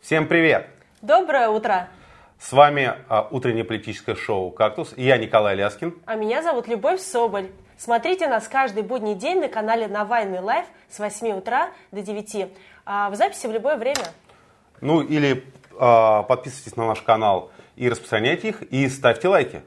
Всем привет! Доброе утро! С вами утреннее политическое шоу «Кактус». И я Николай Ляскин. А меня зовут Любовь Соболь. Смотрите нас каждый будний день на канале Навальный Лайв с 8 утра до 9. А в записи в любое время. Ну или подписывайтесь на наш канал и распространяйте их, и ставьте лайки.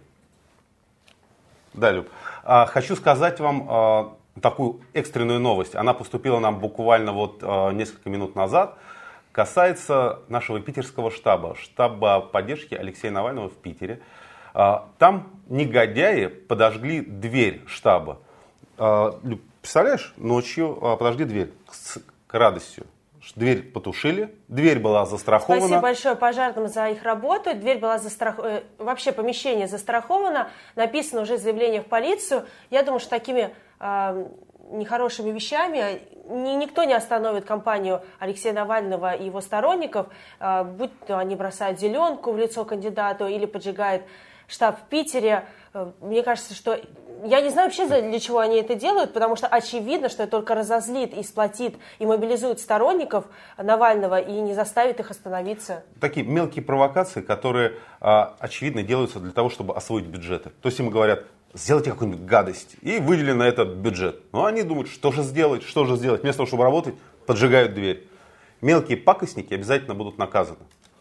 Да, Люб. Хочу сказать вам такую экстренную новость. Она поступила нам буквально несколько минут назад. Касается нашего питерского штаба поддержки Алексея Навального в Питере. Там негодяи подожгли дверь штаба. Представляешь, ночью подожгли дверь к радостью. Дверь потушили, дверь была застрахована. Спасибо большое пожарным за их работу. Дверь была застрахована, вообще помещение застраховано. Написано уже заявление в полицию. Я думаю, что такими нехорошими вещами никто не остановит кампанию Алексея Навального и его сторонников, будь то они бросают зеленку в лицо кандидату или поджигают штаб в Питере. Мне кажется, что я не знаю вообще, для чего они это делают, потому что очевидно, что это только разозлит и сплотит, и мобилизует сторонников Навального и не заставит их остановиться. Такие мелкие провокации, которые, очевидно, делаются для того, чтобы освоить бюджеты. То есть им говорят: сделайте какую-нибудь гадость и выделили на этот бюджет. Но они думают, что же сделать. Вместо того, чтобы работать, поджигают дверь. Мелкие пакостники обязательно будут наказаны.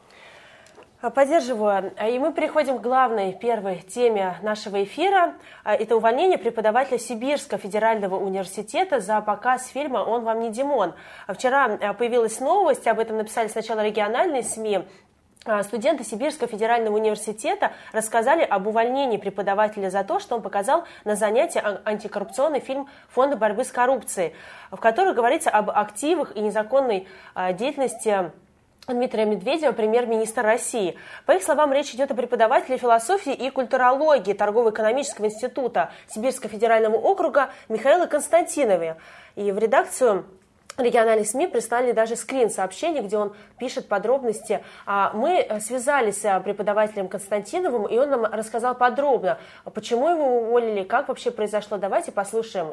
Поддерживаю. И мы переходим к главной, первой теме нашего эфира. Это увольнение преподавателя Сибирского федерального университета за показ фильма «Он вам не Димон». Вчера появилась новость, об этом написали сначала региональные СМИ. Студенты Сибирского федерального университета рассказали об увольнении преподавателя за то, что он показал на занятии антикоррупционный фильм Фонда борьбы с коррупцией, в котором говорится об активах и незаконной деятельности Дмитрия Медведева, премьер-министра России. По их словам, речь идет о преподавателе философии и культурологии Торгово-экономического института Сибирского федерального округа Михаиле Константинове. И в редакцию региональных СМИ прислали даже скрин сообщений, где он пишет подробности. Мы связались с преподавателем Константиновым, и он нам рассказал подробно, почему его уволили, как вообще произошло. Давайте послушаем.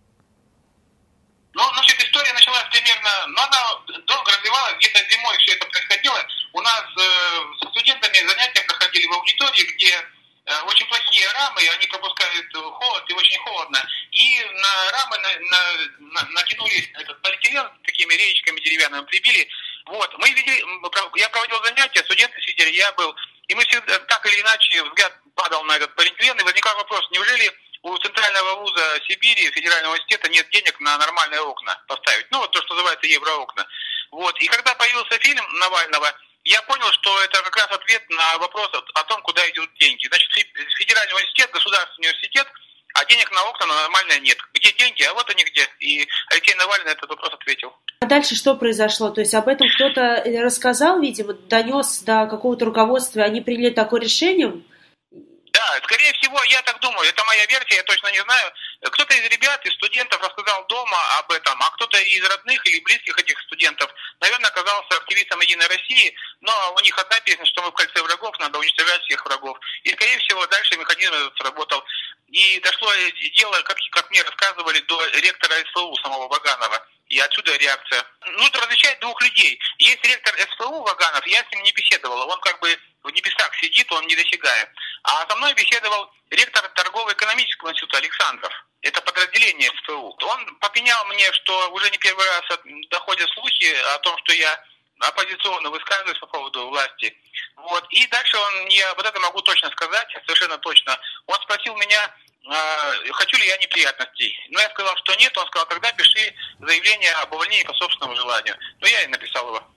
Значит, история началась примерно, она долго развивалась, где-то зимой все это происходило. У нас со студентами занятия проходили в аудитории, где очень плохие рамы, они пропускают холод и очень холодно. И на рамы натянули этот полиэтилен такими реечками деревянными, прибили. Я проводил занятия, студенты сидели, я был. И мы всегда, так или иначе, взгляд падал на этот полиэтилен, и возникал вопрос: неужели у Центрального вуза Сибири, Федерального университета, нет денег на нормальные окна поставить? То, что называется евроокна. И когда появился фильм Навального, я понял, что это как раз ответ на вопрос о том, куда идут деньги. Значит, Федеральный университет, государственный университет, а денег на окна нормально нет. Где деньги? А вот они где. И Алексей Навальный на этот вопрос ответил. А дальше что произошло? То есть об этом кто-то рассказал, видимо, донес до какого-то руководства, и они приняли такое решение? Да, скорее всего, я так думаю, это моя версия, я точно не знаю. Кто-то из ребят, из студентов рассказал дома об этом, а кто-то из родных или близких этих студентов, наверное, оказался активистом «Единой России», но у них одна песня, что мы в кольце врагов, надо уничтожать всех врагов. И, скорее всего, дальше механизм этот сработал. И дошло дело, как мне рассказывали, до ректора СФУ самого Ваганова. И отсюда реакция. Нужно различать двух людей. Есть ректор СФУ Ваганов, я с ним не беседовал. Он как бы в небесах сидит, он недосягаем. А со мной беседовал ректор Торгово-экономического института Александров. Это подразделение СФУ. Он попенял мне, что уже не первый раз доходят слухи о том, что я оппозиционно высказываюсь по поводу власти. И дальше я это могу точно сказать, совершенно точно. Он спросил меня, хочу ли я неприятностей. Но я сказал, что нет. Он сказал: тогда пиши заявление об увольнении по собственному желанию. Я и написал его.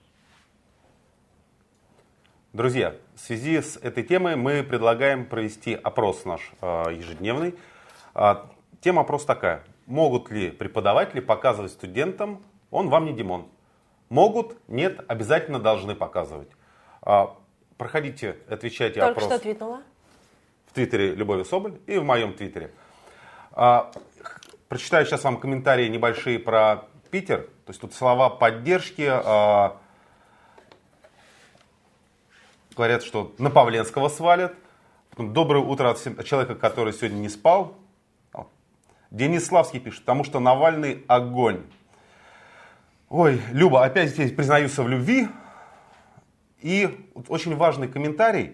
Друзья, в связи с этой темой мы предлагаем провести опрос наш ежедневный. Тема опроса такая: могут ли преподаватели показывать студентам «Он вам не Димон»? Могут, нет, обязательно должны показывать. Проходите, отвечайте Только опрос. что твитнула. В твиттере Любови Соболь и в моем твиттере. Прочитаю сейчас вам комментарии небольшие про Питер. То есть тут слова поддержки. Говорят, что на Павленского свалят. Потом доброе утро от человека, который сегодня не спал. Денис Славский пишет: потому что Навальный огонь. Ой, Люба, опять здесь признаются в любви. И очень важный комментарий.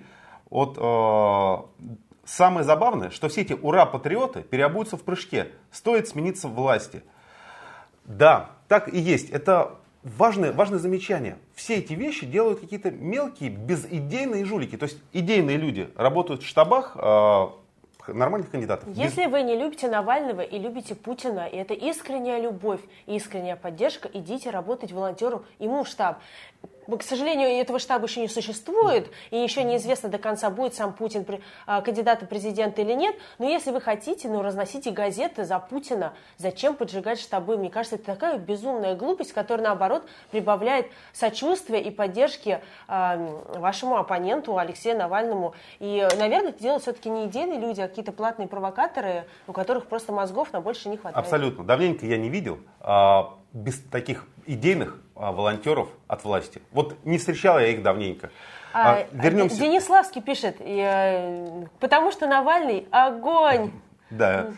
Самое забавное, что все эти ура-патриоты переобуются в прыжке. Стоит смениться власти. Да, так и есть. Это важное замечание. Все эти вещи делают какие-то мелкие, безидейные жулики. То есть идейные люди работают в штабах нормальных кандидатов. Если вы не любите Навального и любите Путина, и это искренняя любовь, искренняя поддержка, идите работать волонтером ему в штаб. К сожалению, этого штаба еще не существует, и еще неизвестно до конца, будет сам Путин кандидатом в президенты или нет. Но если вы хотите, разносите газеты за Путина. Зачем поджигать штабы? Мне кажется, это такая безумная глупость, которая, наоборот, прибавляет сочувствия и поддержки вашему оппоненту Алексею Навальному. И, наверное, это делают все-таки не идейные люди, а какие-то платные провокаторы, у которых просто мозгов на больше не хватает. Абсолютно. Давненько я не видел без таких идейных волонтеров от власти. Вот не встречала я их давненько. Вернемся. Денис Славский пишет, потому что Навальный огонь. Да.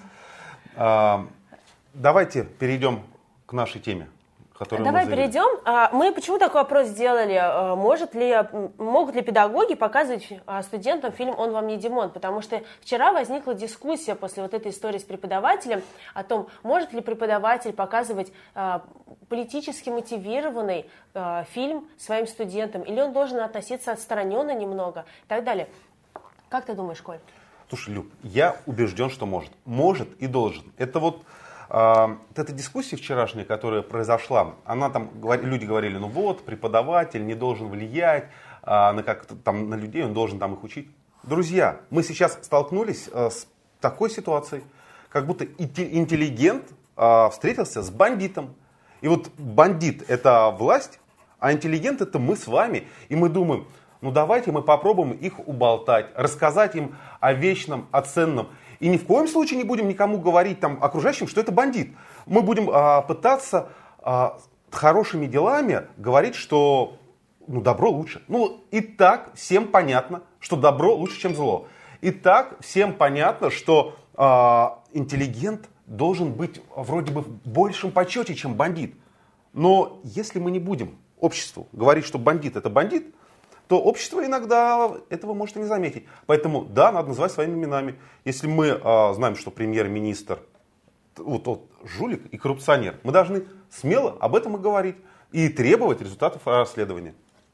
Давайте перейдем к нашей теме. Давай перейдем. Мы почему такой опрос сделали? Могут ли педагоги показывать студентам фильм «Он вам не Димон»? Потому что вчера возникла дискуссия после вот этой истории с преподавателем о том, может ли преподаватель показывать политически мотивированный фильм своим студентам, или он должен относиться отстраненно немного и так далее. Как ты думаешь, Коль? Слушай, Люб, я убежден, что может. Может и должен. Это вот эта дискуссия вчерашняя, которая произошла, люди говорили, преподаватель не должен влиять на людей, он должен там их учить. Друзья, мы сейчас столкнулись с такой ситуацией, как будто интеллигент встретился с бандитом. И вот бандит — это власть, а интеллигент — это мы с вами. И мы думаем, давайте мы попробуем их уболтать, рассказать им о вечном, о ценном. И ни в коем случае не будем никому говорить окружающим, что это бандит. Мы будем пытаться хорошими делами говорить, что добро лучше. И так всем понятно, что добро лучше, чем зло. И так всем понятно, что интеллигент должен быть вроде бы в большем почете, чем бандит. Но если мы не будем обществу говорить, что бандит — это бандит, то общество иногда этого может и не заметить. Поэтому, да, надо называть своими именами. Если мы знаем, что премьер-министр жулик и коррупционер, мы должны смело об этом и говорить. И требовать результатов расследования.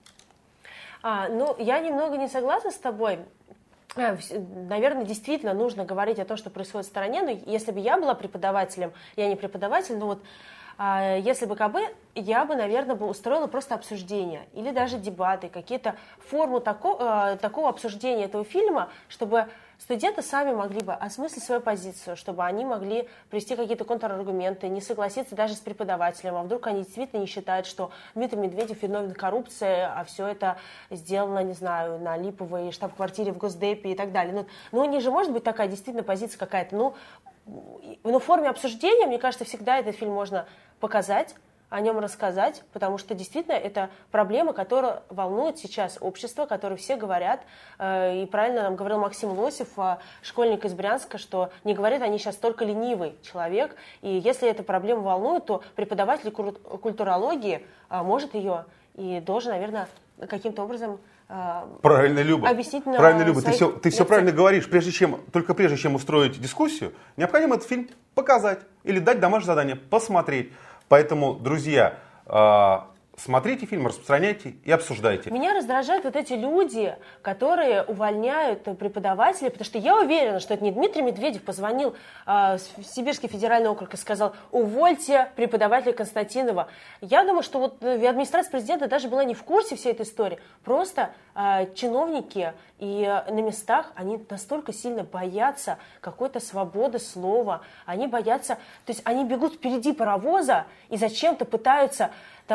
Я немного не согласна с тобой. Наверное, действительно нужно говорить о том, что происходит в стране. Но если бы я была преподавателем, я не преподаватель, если бы КБ, я бы, наверное, устроила просто обсуждение или даже дебаты, какие-то форму такого обсуждения этого фильма, чтобы студенты сами могли бы осмыслить свою позицию, чтобы они могли привести какие-то контраргументы, не согласиться даже с преподавателем, а вдруг они действительно не считают, что Дмитрий Медведев виновен в коррупции, а все это сделано, не знаю, на липовой штаб-квартире в Госдепе и так далее. У них же может быть такая действительно позиция какая-то, в форме обсуждения, мне кажется, всегда этот фильм можно показать, о нем рассказать, потому что действительно это проблема, которая волнует сейчас общество, о которой все говорят. И правильно нам говорил Максим Лосев, школьник из Брянска, что не говорят они сейчас только ленивый человек. И если эта проблема волнует, то преподаватель культурологии может ее и должен, наверное, каким-то образом правильно, Люба. Объяснить на правильно, Люба. своих Ты все правильно говоришь. Прежде чем устроить дискуссию, необходимо этот фильм показать или дать домашнее задание, посмотреть. Поэтому, друзья, смотрите фильм, распространяйте и обсуждайте. Меня раздражают вот эти люди, которые увольняют преподавателей, потому что я уверена, что это не Дмитрий Медведев позвонил в Сибирский федеральный округ и сказал: увольте преподавателя Константинова. Я думаю, что администрация президента даже была не в курсе всей этой истории. Просто чиновники и на местах, они настолько сильно боятся какой-то свободы слова, они боятся, то есть они бегут впереди паровоза и зачем-то пытаются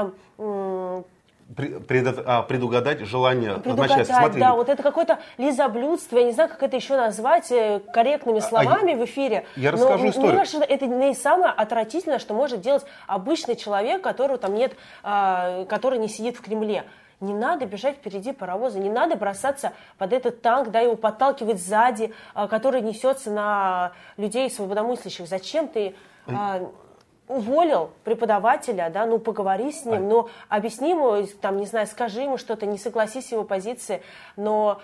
предугадать желание начальства. Смотри, да, это какое-то лизоблюдство, я не знаю, как это еще назвать корректными словами в эфире. Я расскажу историю. Мне кажется, это не самое отвратительное, что может делать обычный человек, которого там нет, который не сидит в Кремле. Не надо бежать впереди паровоза, не надо бросаться под этот танк, его подталкивать сзади, который несется на людей свободомыслящих. Зачем ты... уволил преподавателя, да, ну поговори с ним, ну объясни ему, там, не знаю, скажи ему что-то, не согласись с его позиции, но...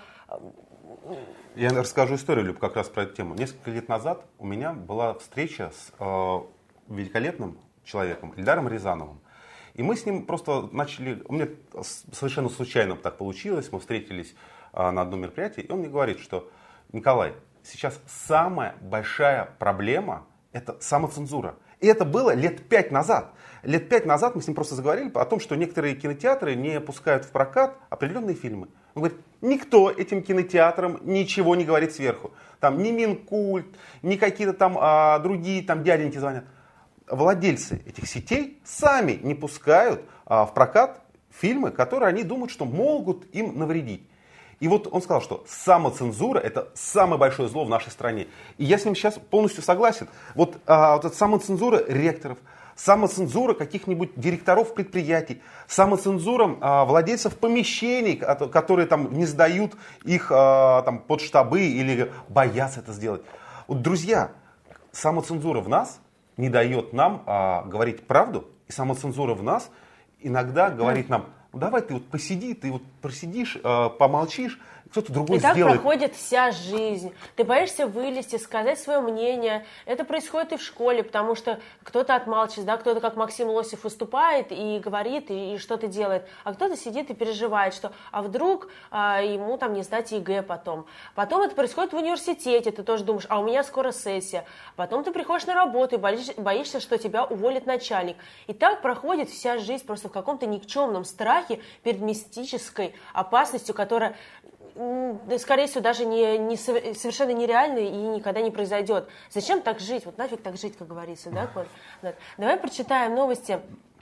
Я расскажу историю, Люб, как раз про эту тему. Несколько лет назад у меня была встреча с великолепным человеком, Ильдаром Рязановым. И мы с ним просто начали, у меня совершенно случайно так получилось, мы встретились на одном мероприятии, и он мне говорит, что Николай, сейчас самая большая проблема – это самоцензура. И это было лет 5 назад. Лет 5 назад мы с ним просто заговорили о том, что некоторые кинотеатры не пускают в прокат определенные фильмы. Он говорит, никто этим кинотеатрам ничего не говорит сверху. Там ни Минкульт, ни какие-то там другие там дяденьки звонят. Владельцы этих сетей сами не пускают в прокат фильмы, которые они думают, что могут им навредить. И вот он сказал, что самоцензура – это самое большое зло в нашей стране. И я с ним сейчас полностью согласен. Вот эта самоцензура ректоров, самоцензура каких-нибудь директоров предприятий, самоцензура владельцев помещений, которые там не сдают их там, под штабы или боятся это сделать. Вот, друзья, самоцензура в нас не дает нам говорить правду, и самоцензура в нас иногда говорит нам, ну давай ты вот посиди, ты вот просидишь, помолчишь, кто-то другой сделает. И так проходит вся жизнь. Ты боишься вылезти, сказать свое мнение. Это происходит и в школе, потому что кто-то отмалчивается, да, кто-то, как Максим Лосев, выступает и говорит, и что-то делает. А кто-то сидит и переживает, что а вдруг ему там не сдать ЕГЭ потом. Потом это происходит в университете, ты тоже думаешь, а у меня скоро сессия. Потом ты приходишь на работу и боишься, что тебя уволит начальник. И так проходит вся жизнь просто в каком-то никчемном страхе перед мистической опасностью, которая... скорее всего, даже совершенно нереальный и никогда не произойдет. Зачем так жить? Вот нафиг так жить, как говорится. Да? Давай прочитаем новости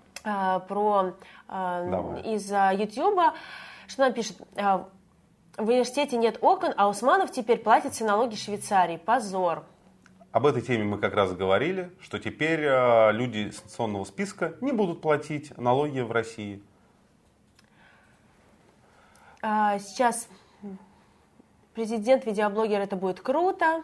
из Ютьюба. Что нам пишет? В университете нет окон, а Усманов теперь платит все налоги Швейцарии. Позор. Об этой теме мы как раз говорили, что теперь люди из санкционного списка не будут платить налоги в России. Сейчас... Президент, видеоблогер, это будет круто.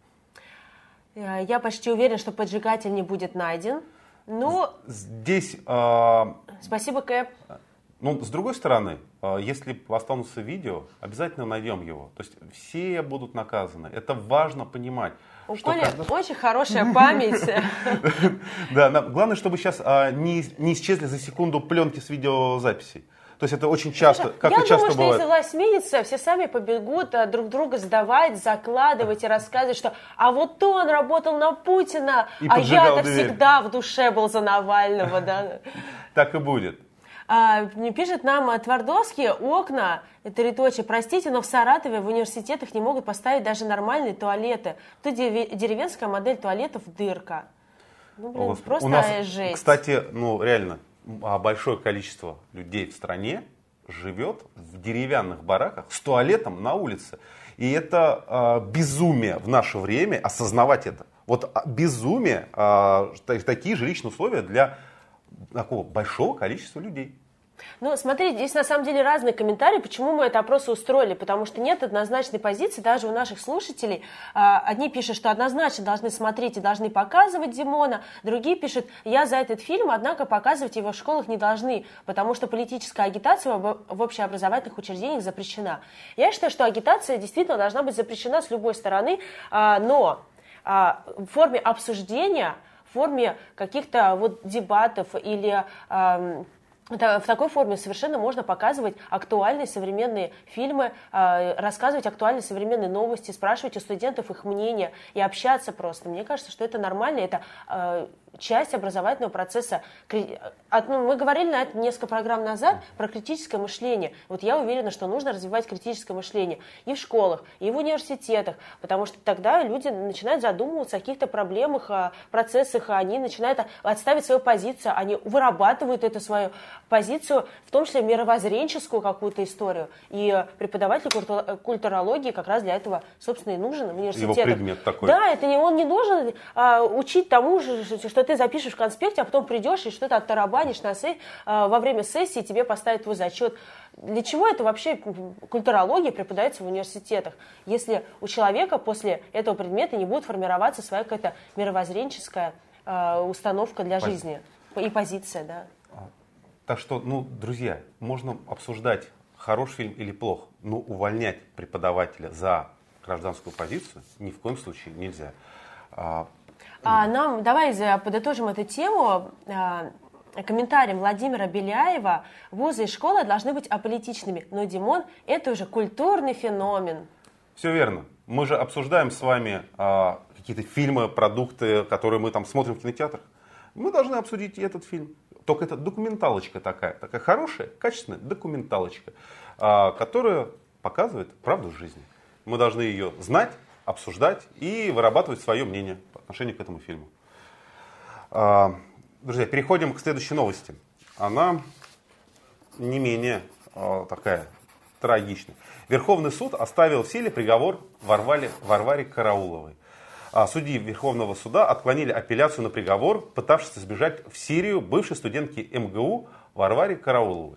Я почти уверен, что поджигатель не будет найден. Но... Здесь... Спасибо, Кэп. Ну, с другой стороны, если останутся видео, обязательно найдем его. То есть все будут наказаны. Это важно понимать. У Коли очень хорошая память. Да, главное, чтобы сейчас не исчезли за секунду пленки с видеозаписей. То есть это очень часто, как я и часто думаю, что бывает. если власть сменится, все сами побегут друг друга сдавать, закладывать и рассказывать, что а вот он работал на Путина, а я-то всегда в душе был за Навального. Да? Так и будет. Пишет нам Твардовский, окна, троеточие, простите, но в Саратове в университетах не могут поставить даже нормальные туалеты. Тут деревенская модель туалетов дырка. Ну, блин, просто у нас, жесть. Кстати, ну реально, большое количество людей в стране живет в деревянных бараках с туалетом на улице. И это безумие в наше время осознавать это. Вот безумие, такие жилищные условия для такого большого количества людей. Ну, смотрите, здесь на самом деле разные комментарии, почему мы это опросы устроили, потому что нет однозначной позиции даже у наших слушателей. Одни пишут, что однозначно должны смотреть и должны показывать Димона, другие пишут, я за этот фильм, однако показывать его в школах не должны, потому что политическая агитация в общеобразовательных учреждениях запрещена. Я считаю, что агитация действительно должна быть запрещена с любой стороны, но в форме обсуждения, в форме каких-то вот дебатов или... В такой форме совершенно можно показывать актуальные современные фильмы, рассказывать актуальные современные новости, спрашивать у студентов их мнение и общаться просто. Мне кажется, что это нормально, это часть образовательного процесса. Мы говорили на это несколько программ назад про критическое мышление. Вот я уверена, что нужно развивать критическое мышление и в школах, и в университетах, потому что тогда люди начинают задумываться о каких-то проблемах, процессах, они начинают отставить свою позицию, они вырабатывают эту свою позицию, в том числе мировоззренческую какую-то историю. И преподаватель культурологии как раз для этого, собственно, и нужен в университетах. Его предмет такой. Да, он не должен учить тому же, что ты запишешь в конспекте, а потом придешь и что-то оттарабанишь во время сессии, тебе поставят твой зачет. Для чего это вообще культурология преподается в университетах, если у человека после этого предмета не будет формироваться своя какая-то мировоззренческая установка для жизни и позиция, да. Так что, друзья, можно обсуждать, хороший фильм или плох, но увольнять преподавателя за гражданскую позицию ни в коем случае нельзя. Давай подытожим эту тему комментарием Владимира Беляева. Вузы и школы должны быть аполитичными. Но, Димон, это уже культурный феномен. Все верно. Мы же обсуждаем с вами какие-то фильмы, продукты, которые мы там смотрим в кинотеатрах. Мы должны обсудить и этот фильм. Только это документалочка такая хорошая, качественная документалочка, которая показывает правду жизни. Мы должны ее знать, обсуждать и вырабатывать свое мнение по отношению к этому фильму. Друзья, переходим к следующей новости. Она не менее такая трагичная. Верховный суд оставил в силе приговор Варваре Карауловой. Судьи Верховного суда отклонили апелляцию на приговор, пытавшись сбежать в Сирию бывшей студентки МГУ Варваре Карауловой.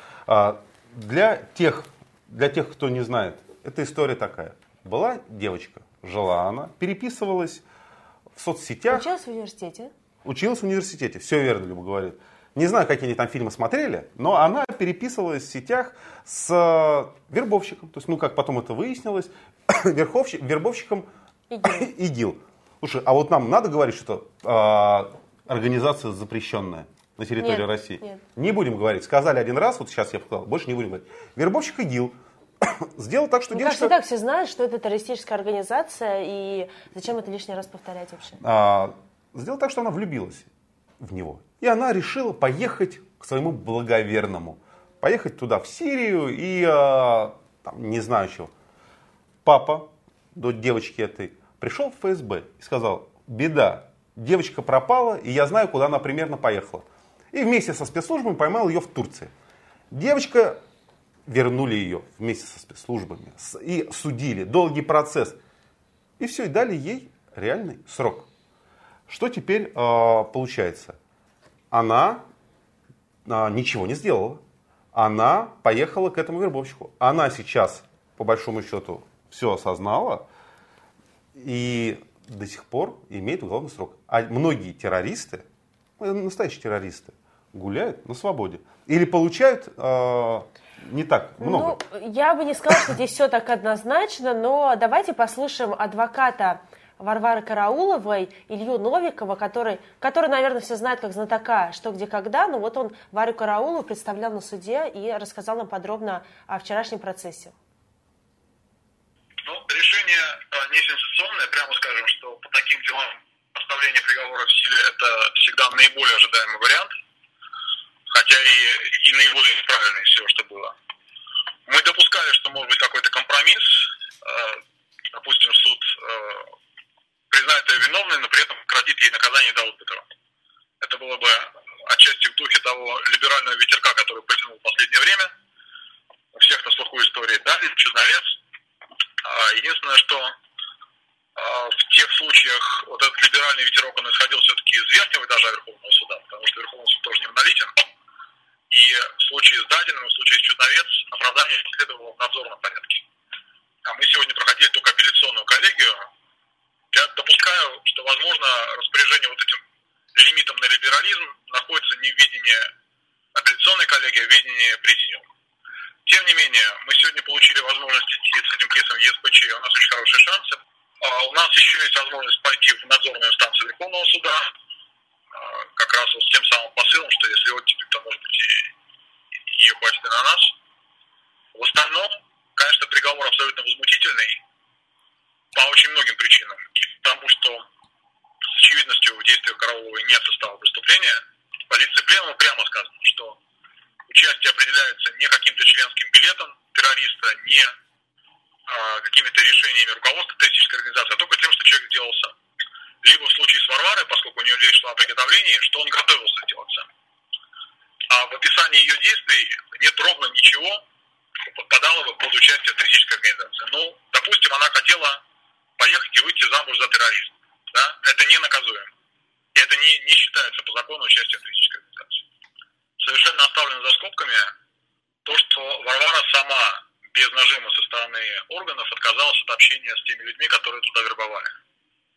Для тех, кто не знает, эта история такая. Была девочка, жила она, переписывалась в соцсетях. Училась в университете? Училась в университете, все верно, Люба говорит. Не знаю, какие они там фильмы смотрели, но она переписывалась в сетях с вербовщиком. То есть, как потом это выяснилось, вербовщиком ИГИЛ. Слушай, а вот нам надо говорить, что организация запрещенная на территории России? Нет. Не будем говорить. Сказали один раз, вот сейчас я показал, больше не будем говорить. Вербовщик ИГИЛ сделал так, что девушка... Кажется, так все знают, что это террористическая организация, и зачем это лишний раз повторять вообще? Сделал так, что она влюбилась в него. И она решила поехать к своему благоверному. Поехать туда, в Сирию, и не знаю чего. Папа до девочки этой пришел в ФСБ и сказал: беда, девочка пропала, и я знаю, куда она примерно поехала. И вместе со спецслужбами поймал ее в Турции. Девочка, вернули ее вместе со спецслужбами и судили, долгий процесс. И все, и дали ей реальный срок. Что теперь получается? Она ничего не сделала. Она поехала к этому вербовщику. Она сейчас, по большому счету, все осознала и до сих пор имеет уголовный срок. А многие террористы, настоящие террористы, гуляют на свободе. Или получают не так много. Я бы не сказала, что здесь все так однозначно, но давайте послушаем адвоката Варвары Карауловой, Илью Новикова, который, наверное, все знает как знатока «Что, где, когда», но вот он Варю Караулову представлял на суде и рассказал нам подробно о вчерашнем процессе. Решение несенсационное, прямо скажем, что по таким делам оставление приговора в силе – это всегда наиболее ожидаемый вариант, хотя и наиболее правильный из всего, что было. Мы допускали, что может быть какой-то компромисс, допустим, суд признает ее виновной, но при этом прекратит ей наказание до отбытого. Это было бы отчасти в духе того либерального ветерка, который потянул в последнее время. У всех на слуху истории Дали, Черновец. Единственное, что в тех случаях вот этот либеральный ветерок, он исходил все-таки из верхнего этажа Верховного суда, потому что Верховный суд тоже не монолитен. И в случае с Дадиным, в случае с Черновец оправдание следовало в надзорном порядке. А мы сегодня проходили только апелляционную коллегию. Я допускаю, что, возможно, распоряжение вот этим лимитом на либерализм находится не в ведении апелляционной коллегии, а в ведении президиума. Тем не менее, мы сегодня получили возможность идти с этим кейсом в ЕСПЧ, у нас очень хорошие шансы. У нас еще есть возможность пойти в надзорную инстанцию Верховного суда, как раз вот с тем самым посылом, что если оттепель, то, может быть, и ее хватит и на нас. В остальном, конечно, приговор абсолютно возмутительный по очень многим причинам. И потому что с очевидностью в действиях Карауловой нет состава преступления. В полиции Пленума прямо сказано, что участие определяется не каким-то членским билетом террориста, не какими-то решениями руководства террористической организации, а только тем, что человек сделал сам. Либо в случае с Варварой, поскольку у нее речь шла о приготовлении, что он готовился делать сам. А в описании ее действий нет ровно ничего, что подпадало бы под участие в террористической организации. Допустим, она хотела поехать и выйти замуж за террориста. Да? Это не наказуемо. И это не считается по закону участием в террористической организации. Совершенно оставлено за скобками то, что Варвара сама без нажима со стороны органов отказалась от общения с теми людьми, которые туда вербовали.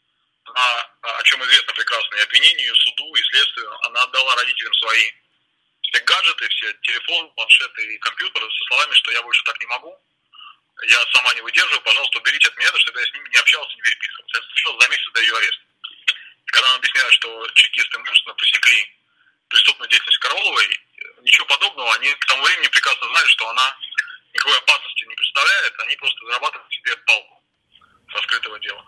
она, о чем известно прекрасно, и обвинению, и суду, и следствию, она отдала родителям свои все гаджеты, все телефон, планшеты и компьютеры со словами, что я больше так не могу, я сама не выдерживаю, пожалуйста, уберите от меня это, чтобы я с ними не общался, не переписывался. Это случилось за месяц до ее ареста. И когда она объясняет, что чекисты мужественно пресекли преступную деятельность Карауловой, ничего подобного, они к тому времени прекрасно знали, что она никакой опасности не представляет, они просто зарабатывают себе палку со скрытого дела.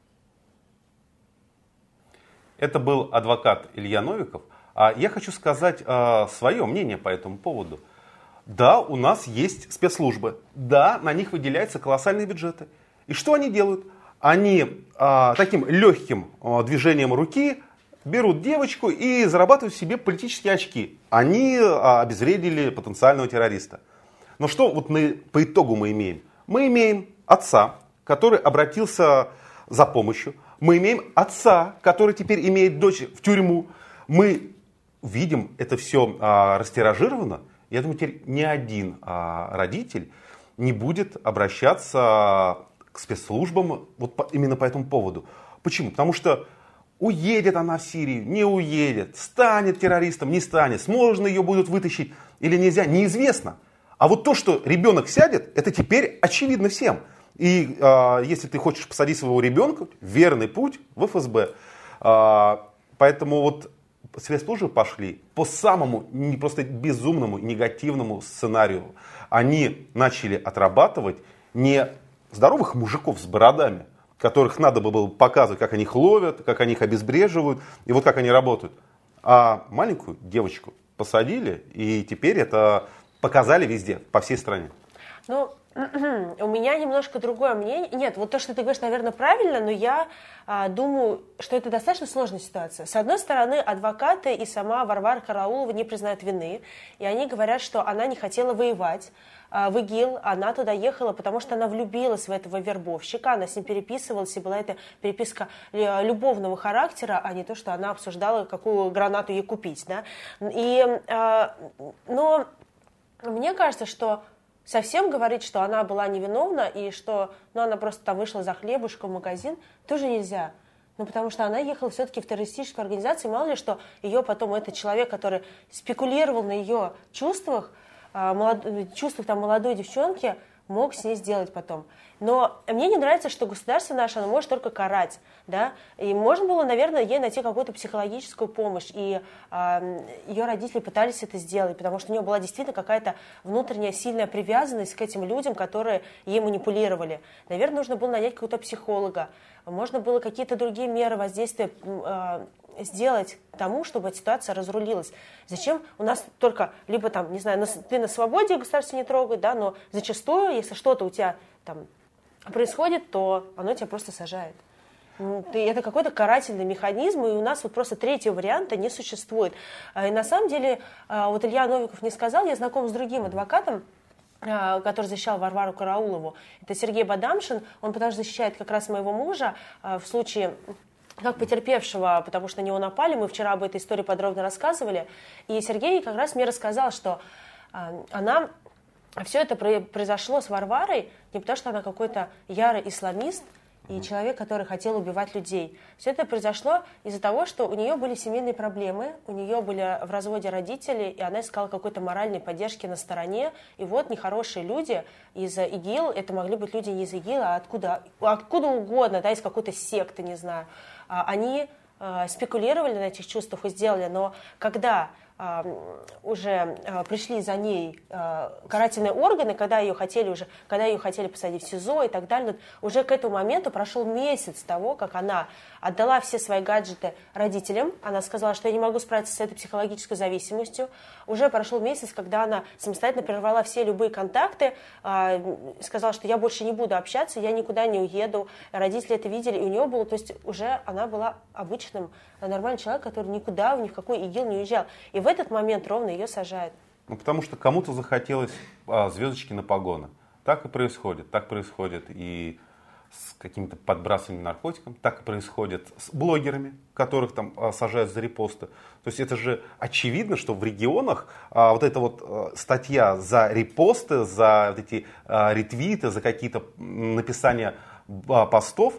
Это был адвокат Илья Новиков. А я хочу сказать свое мнение по этому поводу. Да, у нас есть спецслужбы. Да, на них выделяются колоссальные бюджеты. И что они делают? Они таким легким движением руки берут девочку и зарабатывают себе политические очки. Они обезвредили потенциального террориста. Но что вот по итогу мы имеем? Мы имеем отца, который обратился за помощью. Мы имеем отца, который теперь имеет дочь в тюрьму. Мы видим, это все растиражировано. Я думаю, теперь ни один родитель не будет обращаться к спецслужбам вот именно по этому поводу. Почему? Потому что уедет она в Сирию, не уедет, станет террористом, не станет, можно ее будут вытащить или нельзя, неизвестно. А вот то, что ребенок сядет, это теперь очевидно всем. И если ты хочешь посадить своего ребенка, верный путь в ФСБ. Поэтому вот спецслужбы пошли по самому просто безумному, негативному сценарию. Они начали отрабатывать не здоровых мужиков с бородами, которых надо было показывать, как они их ловят, как они их обезвреживают, и вот как они работают. А маленькую девочку посадили, и теперь это показали везде, по всей стране. Ну, у меня немножко другое мнение. Нет, вот то, что ты говоришь, наверное, правильно, но я думаю, что это достаточно сложная ситуация. С одной стороны, адвокаты и сама Варвара Караулова не признают вины, и они говорят, что она не хотела воевать в ИГИЛ, она туда ехала, потому что она влюбилась в этого вербовщика, она с ним переписывалась, и была эта переписка любовного характера, а не то, что она обсуждала, какую гранату ей купить. Да? Но мне кажется, что совсем говорить, что она была невиновна и что она просто там вышла за хлебушком в магазин, тоже нельзя. Ну, потому что она ехала все-таки в террористическую организацию, мало ли что ее потом этот человек, который спекулировал на ее чувствах там молодой девчонки, мог с ней сделать потом. Но мне не нравится, что государство наше, оно может только карать, да, и можно было, наверное, ей найти какую-то психологическую помощь, и ее родители пытались это сделать, потому что у нее была действительно какая-то внутренняя сильная привязанность к этим людям, которые ей манипулировали. Наверное, нужно было нанять какого-то психолога, можно было какие-то другие меры воздействия сделать к тому, чтобы эта ситуация разрулилась. Зачем у нас только, либо там, не знаю, ты на свободе, государство не трогает, да, но зачастую, если что-то у тебя там происходит, то оно тебя просто сажает. Это какой-то карательный механизм, и у нас вот просто третьего варианта не существует. И на самом деле, вот Илья Новиков не сказал, я знаком с другим адвокатом, который защищал Варвару Караулову. Это Сергей Бадамшин, он потому что защищает как раз моего мужа в случае как потерпевшего, потому что на него напали. Мы вчера об этой истории подробно рассказывали. И Сергей как раз мне рассказал, что все это произошло с Варварой не потому, что она какой-то ярый исламист и человек, который хотел убивать людей. Все это произошло из-за того, что у нее были семейные проблемы, у нее были в разводе родители, и она искала какой-то моральной поддержки на стороне. И вот нехорошие люди из ИГИЛ, это могли быть люди не из ИГИЛ, а откуда угодно, да, из какой-то секты, не знаю. Они спекулировали на этих чувствах и сделали, но когда уже пришли за ней карательные органы, когда ее хотели посадить в СИЗО и так далее, уже к этому моменту прошел месяц того, как она отдала все свои гаджеты родителям, она сказала, что я не могу справиться с этой психологической зависимостью, уже прошел месяц, когда она самостоятельно прервала все любые контакты, сказала, что я больше не буду общаться, я никуда не уеду, родители это видели, и у нее было, то есть уже она была обычным, нормальным человеком, который никуда, ни в какой ИГИЛ не уезжал. И в этот момент ровно ее сажают. Ну, потому что кому-то захотелось звездочки на погоны. Так и происходит. Так происходит и с каким-то подбрасыванием наркотиком. Так и происходит с блогерами, которых там сажают за репосты. То есть это же очевидно, что в регионах вот эта вот статья за репосты, за вот эти ретвиты, за какие-то написания постов,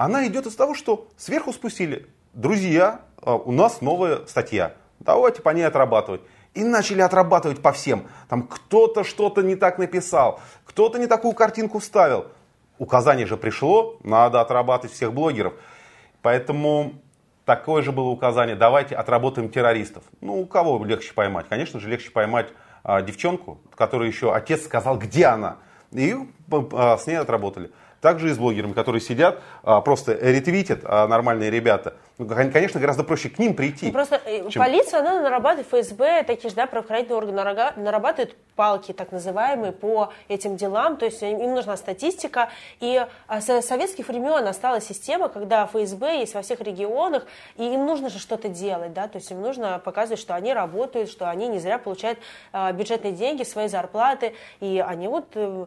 Она идет из того, что сверху спустили. Друзья, у нас новая статья. Давайте по ней отрабатывать. И начали отрабатывать по всем. Там кто-то что-то не так написал, кто-то не такую картинку вставил. Указание же пришло, надо отрабатывать всех блогеров. Поэтому такое же было указание, давайте отработаем террористов. Ну, кого легче поймать? Конечно же, легче поймать девчонку, которой еще отец сказал, где она. И с ней отработали. Также и с блогерами, которые сидят, просто ретвитят, нормальные ребята. Ну, конечно, гораздо проще к ним прийти. Ну, просто полиция, она нарабатывает, ФСБ, такие же, да, правоохранительные органы нарабатывают палки, так называемые, по этим делам. То есть им нужна статистика. И с советских времен осталась система, когда ФСБ есть во всех регионах, и им нужно же что-то делать, да, то есть им нужно показывать, что они работают, что они не зря получают бюджетные деньги, свои зарплаты, и они вот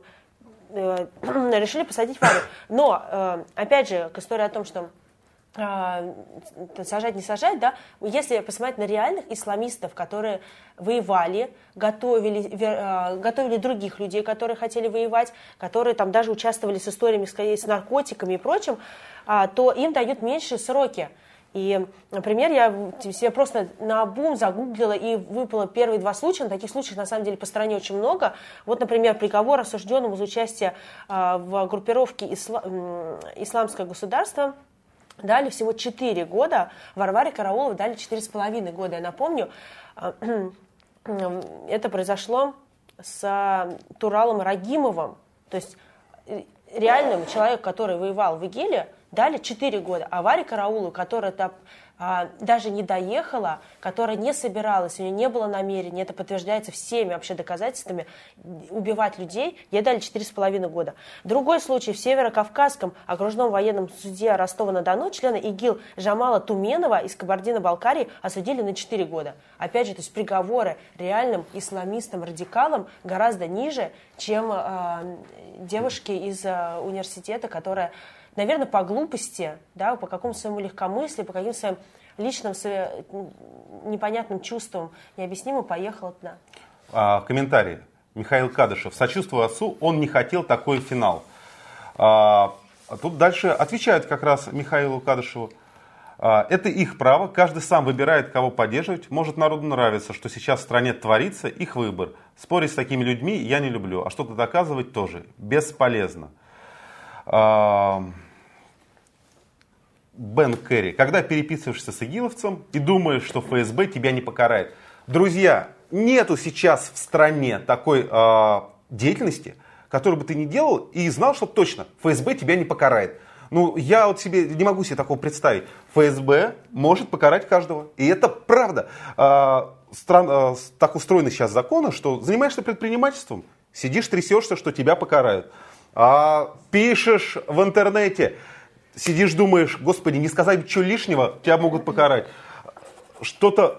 решили посадить Варю. Но, опять же, к истории о том, что сажать, не сажать, да, если посмотреть на реальных исламистов, которые воевали, готовили других людей, которые хотели воевать, которые там даже участвовали с историями с наркотиками и прочим, то им дают меньшие сроки. И, например, я себе просто наобум загуглила и выпала первые 2 случая. Но таких случаев, на самом деле, по стране очень много. Вот, например, приговор осужденному за участие в группировке «Исламское государство» дали всего 4 года. Варваре Карауловой дали 4,5 года. Я напомню, это произошло с Туралом Рагимовым. То есть реальному человеку, который воевал в ИГИЛе, дали 4 года, а Варе Карауловой, которая даже не доехала, которая не собиралась, у нее не было намерения, это подтверждается всеми вообще доказательствами, убивать людей, ей дали 4,5 года. Другой случай в Северо-Кавказском окружном военном суде Ростова-на-Дону члена ИГИЛ Жамала Туменова из Кабардино-Балкарии осудили на 4 года. Опять же, то есть приговоры реальным исламистам, радикалам гораздо ниже, чем девушки из университета, которая, наверное, по глупости, да, по какому-то своему легкомыслию, по каким-то своим личным непонятным чувствам, необъяснимым, поехала туда. Комментарий. Михаил Кадышев. Сочувствую отцу, он не хотел такой финал. Тут дальше отвечает как раз Михаилу Кадышеву. Это их право, каждый сам выбирает, кого поддерживать. Может, народу нравится, что сейчас в стране творится, их выбор. Спорить с такими людьми я не люблю, а что-то доказывать тоже бесполезно. Бен Керри. Когда переписываешься с игиловцем и думаешь, что ФСБ тебя не покарает. Друзья, нету сейчас в стране такой деятельности, которую бы ты не делал и знал, что точно ФСБ тебя не покарает. Ну, я вот себе не могу себе такого представить. ФСБ может покарать каждого. И это правда. Так устроены сейчас законы, что занимаешься предпринимательством, сидишь, трясешься, что тебя покарают. Пишешь в интернете, сидишь, думаешь, господи, не сказать ничего лишнего, тебя могут покарать. Что-то...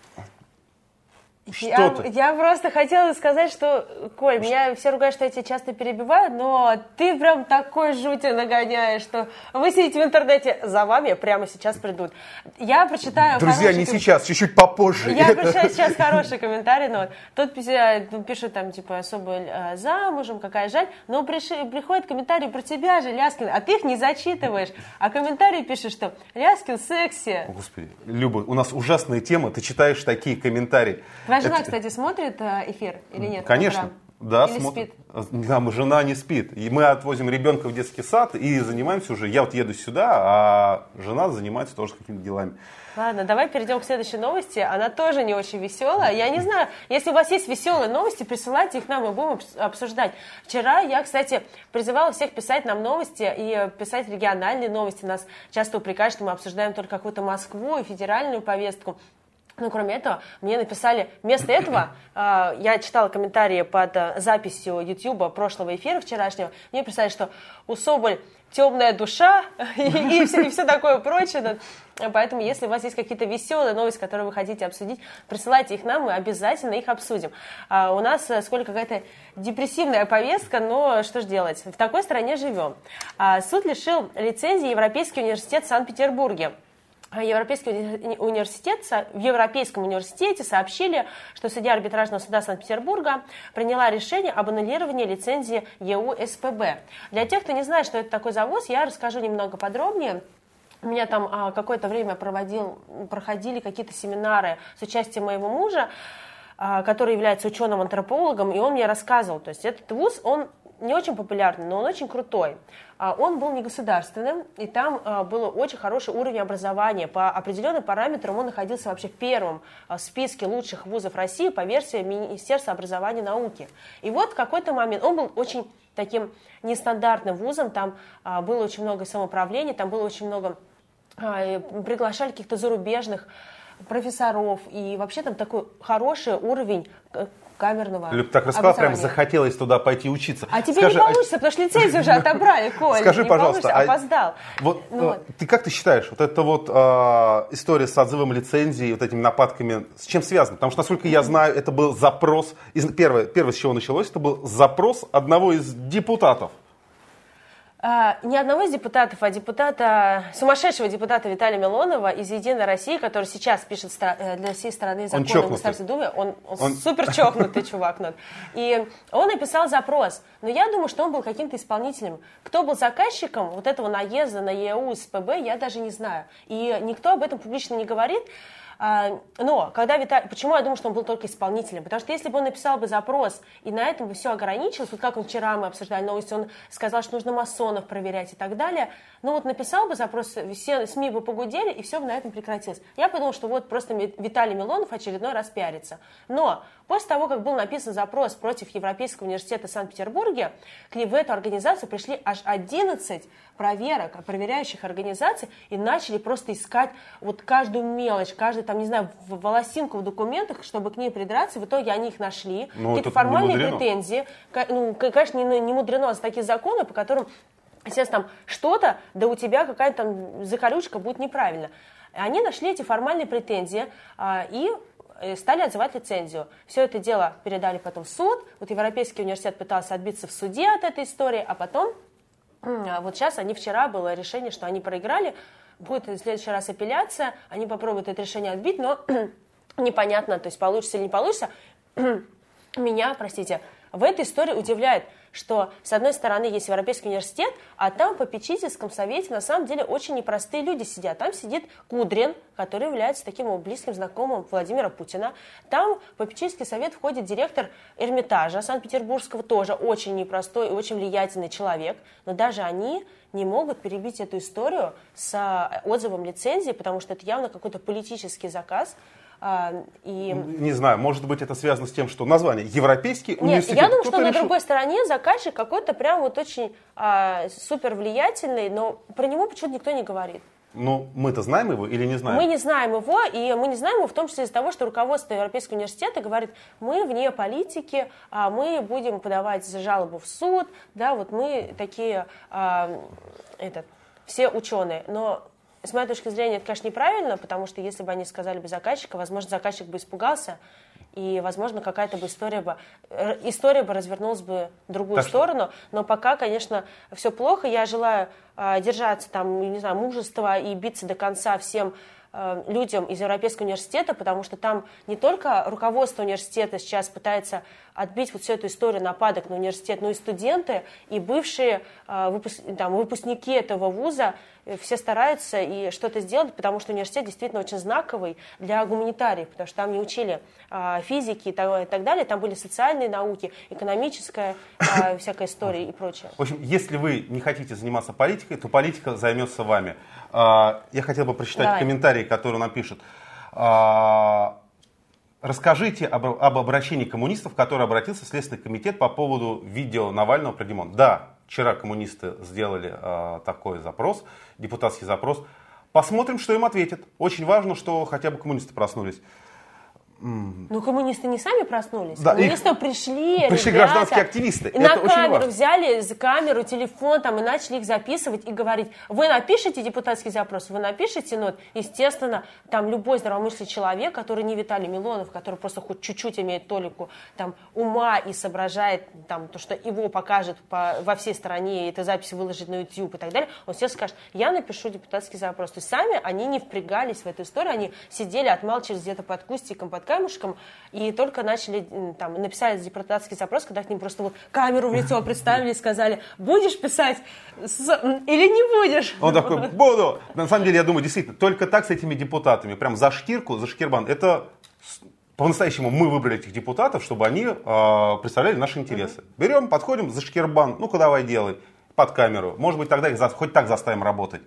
Я просто хотела сказать, что, Коль, меня все ругают, что я тебя часто перебиваю, но ты прям такой жути нагоняешь, что вы сидите в интернете, за вами прямо сейчас придут. Я прочитаю... Друзья, не сейчас, чуть-чуть попозже. Я прочитаю сейчас хороший комментарий, но тут пишут там, типа, особо замужем, какая жаль, но приходит комментарий про тебя же, Ляскин, а ты их не зачитываешь, а комментарий пишет, что Ляскин секси. О, господи, Люба, у нас ужасная тема, ты читаешь такие комментарии. Твоя жена, кстати, смотрит эфир или нет? Конечно. Да, или смотрит. Спит? Да, жена не спит. И мы отвозим ребенка в детский сад и занимаемся уже. Я вот еду сюда, а жена занимается тоже какими-то делами. Ладно, давай перейдем к следующей новости. Она тоже не очень веселая. Я не знаю, если у вас есть веселые новости, присылайте их нам, мы будем обсуждать. Вчера я, кстати, призывала всех писать нам новости и писать региональные новости. Нас часто упрекают, что мы обсуждаем только какую-то Москву и федеральную повестку. Ну, кроме этого, мне написали, вместо этого, я читала комментарии под записью YouTube прошлого эфира вчерашнего, мне писали, что у Соболь темная душа и все такое прочее. Поэтому, если у вас есть какие-то веселые новости, которые вы хотите обсудить, присылайте их нам, мы обязательно их обсудим. У нас какая-то депрессивная повестка, но что ж делать, в такой стране живем. Суд лишил лицензии Европейский университет в Санкт-Петербурге. в Европейском университете сообщили, что судья арбитражного суда Санкт-Петербурга приняла решение об аннулировании лицензии ЕУ-СПБ. Для тех, кто не знает, что это такой завоз, я расскажу немного подробнее. У меня там какое-то время проходили какие-то семинары с участием моего мужа, который является ученым-антропологом, и он мне рассказывал, то есть этот вуз, он не очень популярный, но он очень крутой. Он был негосударственным, и там был очень хороший уровень образования. По определенным параметрам он находился вообще в первом списке лучших вузов России по версии Министерства образования и науки. И вот в какой-то момент он был очень таким нестандартным вузом, там было очень много самоуправления, там было очень много, приглашали каких-то зарубежных профессоров, и вообще там такой хороший уровень камерного Люб, так рассказала, прям захотелось туда пойти учиться. А тебе не получится, потому что лицензию уже отобрали, Коль. Скажи, пожалуйста, опоздал. Как ты считаешь, вот эта вот история с отзывом лицензии, вот этими нападками, с чем связана? Потому что, насколько я знаю, это был запрос, первое, с чего началось, это был запрос одного из депутатов. Не одного из депутатов, а сумасшедшего депутата Виталия Милонова из «Единой России», который сейчас пишет для всей страны законы в Государственной Думе. Он супер чокнутый чувак. И он написал запрос. Но я думаю, что он был каким-то исполнителем. Кто был заказчиком вот этого наезда на ЕУ-СПБ, я даже не знаю. И никто об этом публично не говорит. Но почему я думаю, что он был только исполнителем? Потому что если бы он написал бы запрос, и на этом бы все ограничилось, вот как вчера мы обсуждали новости, он сказал, что нужно масонов проверять и так далее, написал бы запрос, все СМИ бы погудели, и все бы на этом прекратилось. Я подумала, что вот просто Виталий Милонов очередной раз пиарится. Но после того, как был написан запрос против Европейского университета в Санкт-Петербурге, в эту организацию пришли аж 11 проверяющих организаций, и начали просто искать вот каждую мелочь, каждую там, не знаю, волосинку в документах, чтобы к ней придраться. В итоге они их нашли. Какие-то формальные претензии. Конечно, не мудрено за такие законы, по которым, естественно, там что-то, да у тебя какая-то там закорючка будет неправильно. Они нашли эти формальные претензии и стали отзывать лицензию. Все это дело передали потом в суд. Вот Европейский университет пытался отбиться в суде от этой истории, а потом вот сейчас вчера было решение, что они проиграли, будет в следующий раз апелляция, они попробуют это решение отбить, но непонятно, то есть получится или не получится. Меня, в этой истории удивляет, что с одной стороны есть Европейский университет, а там в попечительском совете на самом деле очень непростые люди сидят. Там сидит Кудрин, который является таким близким знакомым Владимира Путина. Там в попечительский совет входит директор Эрмитажа Санкт-Петербургского, тоже очень непростой и очень влиятельный человек. Но даже они не могут перебить эту историю с отзывом лицензии, потому что это явно какой-то политический заказ. Не знаю, может быть, это связано с тем, что название Европейский университет. Я думаю, что на другой стороне заказчик какой-то прям вот очень супер влиятельный, но про него почему-то никто не говорит. Ну, мы-то знаем его или не знаем? Мы не знаем его, и мы не знаем его в том числе из-за того, что руководство Европейского университета говорит, мы вне политики, мы будем подавать жалобу в суд, да, вот мы такие, все ученые, но с моей точки зрения, это, конечно, неправильно, потому что если бы они сказали бы заказчика, возможно, заказчик бы испугался, и, возможно, какая-то бы история бы развернулась бы в другую сторону. Но пока, конечно, все плохо. Я желаю держаться там, не знаю, мужества и биться до конца всем людям из Европейского университета, потому что там не только руководство университета сейчас пытается отбить вот всю эту историю нападок на университет, но и студенты, и бывшие выпускники этого вуза, все стараются и что-то сделать, потому что университет действительно очень знаковый для гуманитариев, потому что там не учили физики и так далее, там были социальные науки, экономическая всякая история и прочее. В общем, если вы не хотите заниматься политикой, то политика займется вами. Я хотел бы прочитать комментарии, которые нам пишут. Расскажите об обращении коммунистов, который обратился в Следственный комитет по поводу видео Навального про Димон. Да, вчера коммунисты сделали такой запрос, депутатский запрос. Посмотрим, что им ответят. Очень важно, что хотя бы коммунисты проснулись. Ну, коммунисты не сами проснулись. Да, коммунисты пришли гражданские активисты. И на камеру взяли за камеру, телефон там, и начали их записывать и говорить: вы напишите депутатский запрос, вы напишите, ну, естественно, там любой здравомыслящий человек, который не Виталий Милонов, который просто хоть чуть-чуть имеет толику там ума и соображает там то, что его покажет во всей стране, и эту запись выложит на YouTube и так далее, он все скажет: я напишу депутатский запрос. То есть сами они не впрягались в эту историю, они сидели, отмалчивались где-то под кустиком, под камушком, и только начали там, написали депутатский запрос, когда к ним просто вот камеру в лицо представили и сказали: будешь писать или не будешь? Он такой: буду. На самом деле, я думаю, действительно, только так с этими депутатами, прям за шкирку, за шкирбан, это по-настоящему мы выбрали этих депутатов, чтобы они представляли наши интересы. Берем, подходим за шкирбан, ну-ка давай делай, под камеру. Может быть, тогда их хоть так заставим работать.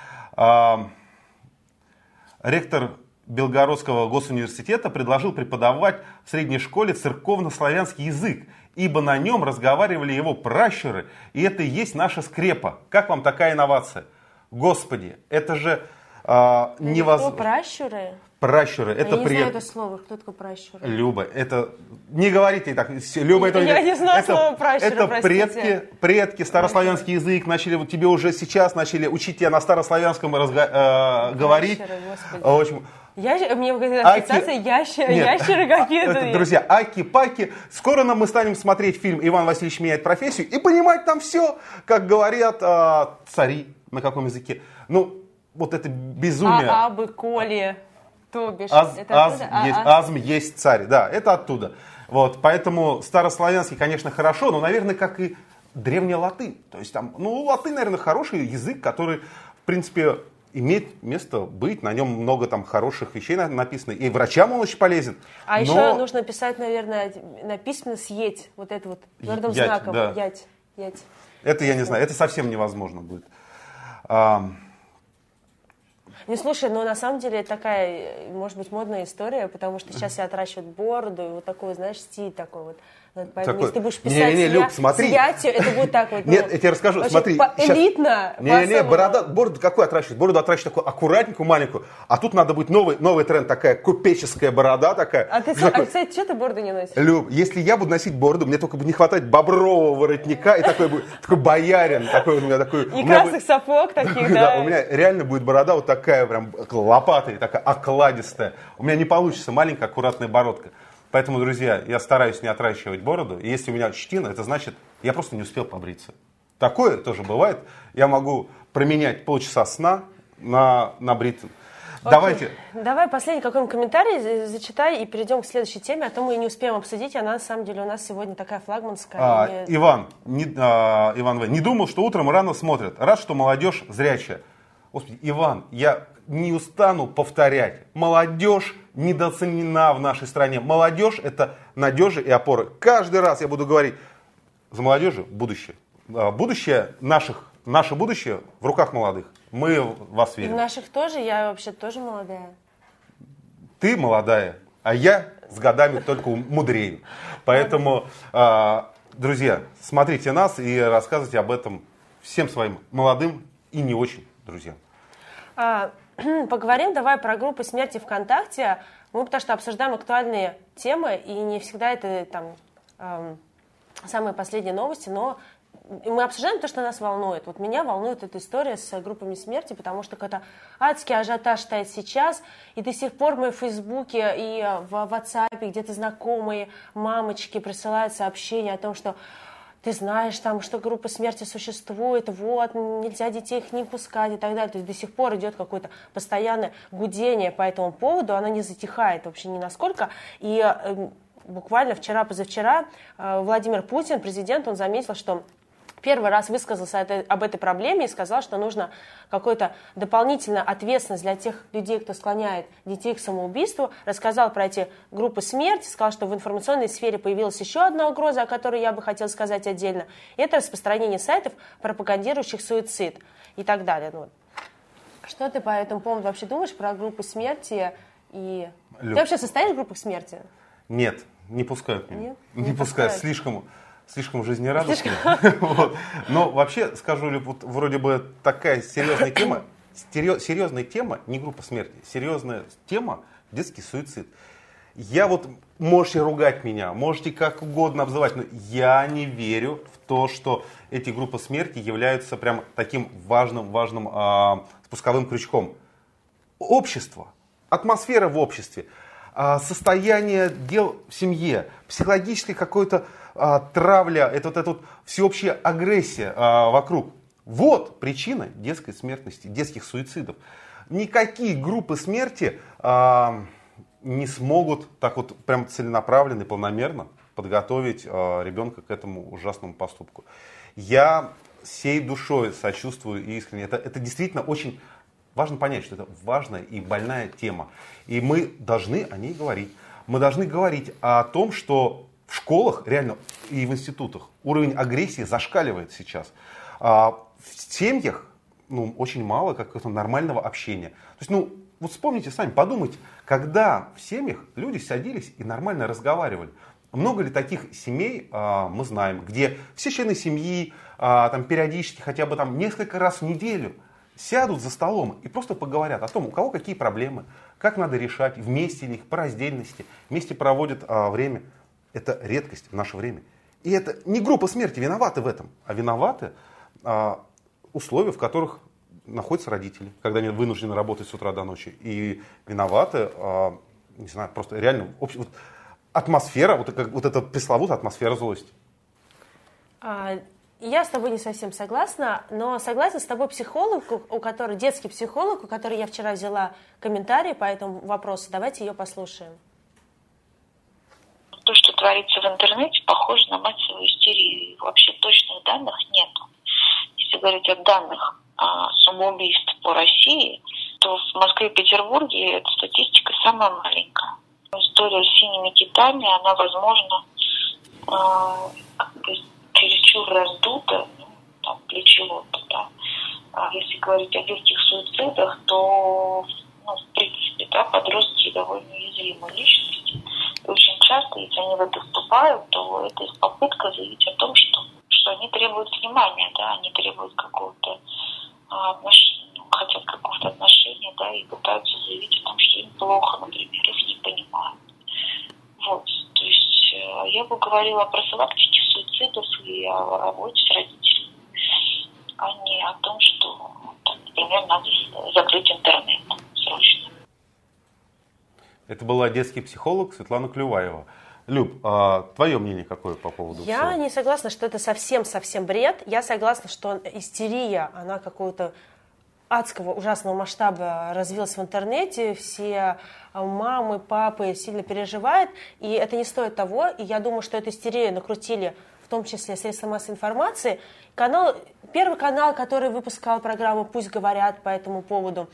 Ректор Белгородского госуниверситета предложил преподавать в средней школе церковно-славянский язык, ибо на нем разговаривали его пращуры, и это и есть наша скрепа. Как вам такая инновация? Господи, это же невозможно. Кто пращуры? Пращуры, это я не знаю это слово. Кто такой пращуры? Люба, это... Не говорите так. Люба, это... Я не знаю слова пращуры, это простите. предки, старославянский язык начали, вот тебе уже сейчас начали учить тебя на старославянском говорить. В общем, мне ассоциация ящеры какие-то. Друзья, аки-паки. Скоро мы станем смотреть фильм «Иван Васильевич меняет профессию» и понимать там все, как говорят цари, на каком языке. Ну, вот это безумие. Абы, коли, то бишь. Азм есть царь, да, это оттуда. Вот, поэтому старославянский, конечно, хорошо, но, наверное, как и древняя латынь. То есть там, ну, латынь, наверное, хороший язык, который, в принципе, имеет место быть, на нем много там хороших вещей написано, и врачам он очень полезен. А еще нужно писать, наверное, написано «съедь», вот это вот твердым знаком, да. ять. Это я не знаю, это совсем невозможно будет. Не, слушай, но на самом деле это такая, может быть, модная история, потому что сейчас все отращивают бороду, и вот такой, знаешь, стиль такой вот. Поэтому, если ты будешь писать Люб, смотри. с ятью, это будет так вот. Нет, я тебе расскажу, смотри. Элитно. Бороду какую отращивать? Бороду отращивать такую аккуратненькую, маленькую. А тут надо быть новый тренд, такая купеческая борода такая. А ты, кстати, что ты бороду не носишь? Люб, если я буду носить бороду, мне только будет не хватать бобрового воротника и такой боярин. Такой у меня такой. И красных сапог таких, да. У меня реально будет борода вот такая, прям лопатой, такая окладистая. У меня не получится маленькая аккуратная бородка. Поэтому, друзья, я стараюсь не отращивать бороду. И если у меня щетина, это значит, я просто не успел побриться. Такое тоже бывает. Я могу променять полчаса сна на бритву. Давайте. Давай последний какой-нибудь комментарий зачитай и перейдем к следующей теме, а то мы и не успеем обсудить. Она, на самом деле, у нас сегодня такая флагманская. Иван В. Не думал, что утром рано смотрят. Рад, что молодежь зрячая. Господи, Иван, я не устану повторять. Молодежь недооценена в нашей стране. Молодежь – это надежда и опора. Каждый раз я буду говорить: за молодежью будущее. Наше будущее в руках молодых. Мы в вас верим. И в наших тоже. Я вообще тоже молодая. Ты молодая, а я с годами только мудрею. Поэтому, друзья, смотрите нас и рассказывайте об этом всем своим молодым и не очень друзьям. Поговорим давай про группы смерти ВКонтакте. Мы потому что обсуждаем актуальные темы, и не всегда это там самые последние новости, но мы обсуждаем то, что нас волнует. Вот меня волнует эта история с группами смерти, потому что какой-то адский ажиотаж стоит сейчас, и до сих пор мы в Фейсбуке и в WhatsApp где-то знакомые мамочки присылают сообщения о том, что ты знаешь, там, что группа смерти существует, вот, нельзя детей их не пускать и так далее. То есть до сих пор идет какое-то постоянное гудение по этому поводу, оно не затихает вообще ни насколько. И буквально вчера-позавчера Владимир Путин, президент, он заметил, что первый раз высказался об этой проблеме и сказал, что нужно какую-то дополнительную ответственность для тех людей, кто склоняет детей к самоубийству. Рассказал про эти группы смерти, сказал, что в информационной сфере появилась еще одна угроза, о которой я бы хотела сказать отдельно. Это распространение сайтов, пропагандирующих суицид и так далее. Ну, что ты по этому поводу вообще думаешь про группы смерти? И... Ты вообще состоишь в группах смерти? Нет, не пускают меня. Нет? Не пускают, слишком жизнерадостно. Вот. Но вообще, скажу, вот вроде бы такая серьезная тема, не группа смерти, серьезная тема детский суицид. Я вот, можете ругать меня, можете как угодно обзывать, но я не верю в то, что эти группы смерти являются прям таким важным спусковым крючком. Общество, атмосфера в обществе, состояние дел в семье, психологическая какая-то травля, эта всеобщая агрессия вокруг. Вот причина детской смертности, детских суицидов. Никакие группы смерти не смогут так вот прям целенаправленно и планомерно подготовить ребенка к этому ужасному поступку. Я всей душой сочувствую и искренне. Это действительно очень важно понять, что это важная и больная тема. И мы должны о ней говорить. Мы должны говорить о том, что в школах, реально, и в институтах уровень агрессии зашкаливает сейчас. В семьях очень мало какого-то нормального общения. То есть, вот вспомните сами, подумайте, когда в семьях люди садились и нормально разговаривали. Много ли таких семей мы знаем, где все члены семьи периодически, хотя бы несколько раз в неделю сядут за столом и просто поговорят о том, у кого какие проблемы, как надо решать, вместе ли их, по раздельности, вместе проводят время. Это редкость в наше время. И это не группа смерти виноваты в этом, а виноваты условия, в которых находятся родители, когда они вынуждены работать с утра до ночи. И виноваты, не знаю, просто реально атмосфера, вот эта пресловутая атмосфера злости. Я с тобой не совсем согласна, но согласна с тобой детский психолог, у которой я вчера взяла комментарий по этому вопросу. Давайте ее послушаем. То, что творится в интернете, похоже на массовую истерию. Вообще точных данных нет. Если говорить о данных самоубийств по России, то в Москве и Петербурге эта статистика самая маленькая. История с синими китами, она, возможно, чересчур раздута для чего-то. Да. Если говорить о детских суицидах, то, в принципе, подростки довольно уязвимые личности. И очень часто, если они в это вступают, то это их попытка заявить о том, что они требуют внимания, да, они требуют какого-то хотят какого-то отношения, да, и пытаются заявить о том, что им плохо, например, их не понимают. Вот, то есть я бы говорила о профилактике суицидов и о работе с родителями, а не о том, что, например, надо закрыть интернет срочно. Это была детский психолог Светлана Клюваева. Люб, твое мнение какое по поводу всего? Я не согласна, что это совсем бред. Я согласна, что истерия, она какого-то адского, ужасного масштаба развилась в интернете. Все мамы, папы сильно переживают, и это не стоит того. И я думаю, что эту истерию накрутили в том числе средства массовой информации. Первый канал, который выпускал программу «Пусть говорят» по этому поводу,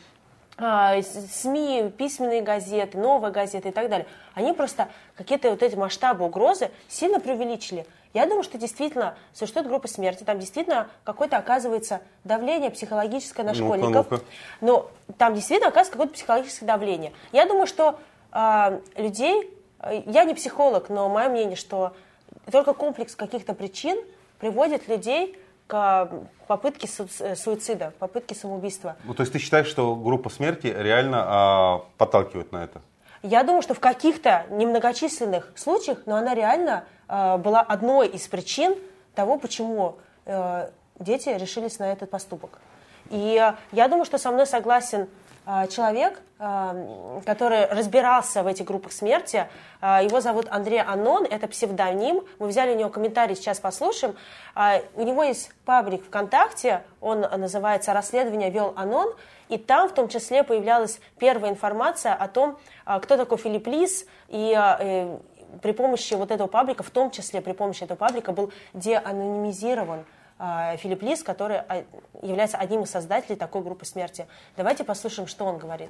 СМИ, письменные газеты, новые газеты и так далее, они просто какие-то эти масштабы угрозы сильно преувеличили. Я думаю, что действительно существует группа смерти, там действительно какое-то оказывается давление психологическое на школьников. Но там действительно оказывается какое-то психологическое давление. Я думаю, что людей, я не психолог, но мое мнение, что только комплекс каких-то причин приводит людей к попытке суицида, попытке самоубийства. То есть ты считаешь, что группа смерти реально подталкивает на это? Я думаю, что в каких-то немногочисленных случаях, но она реально была одной из причин того, почему дети решились на этот поступок. И я думаю, что со мной согласен человек, который разбирался в этих группах смерти. Его зовут Андрей Анон, это псевдоним. Мы взяли у него комментарий, сейчас послушаем. У него есть паблик ВКонтакте, он называется «Расследование вел Анон», и там в том числе появлялась первая информация о том, кто такой Филипп Лис, и при помощи вот этого паблика, в том числе при помощи этого паблика был деанонимизирован Филипп Лис, который является одним из создателей такой группы смерти. Давайте послушаем, что он говорит.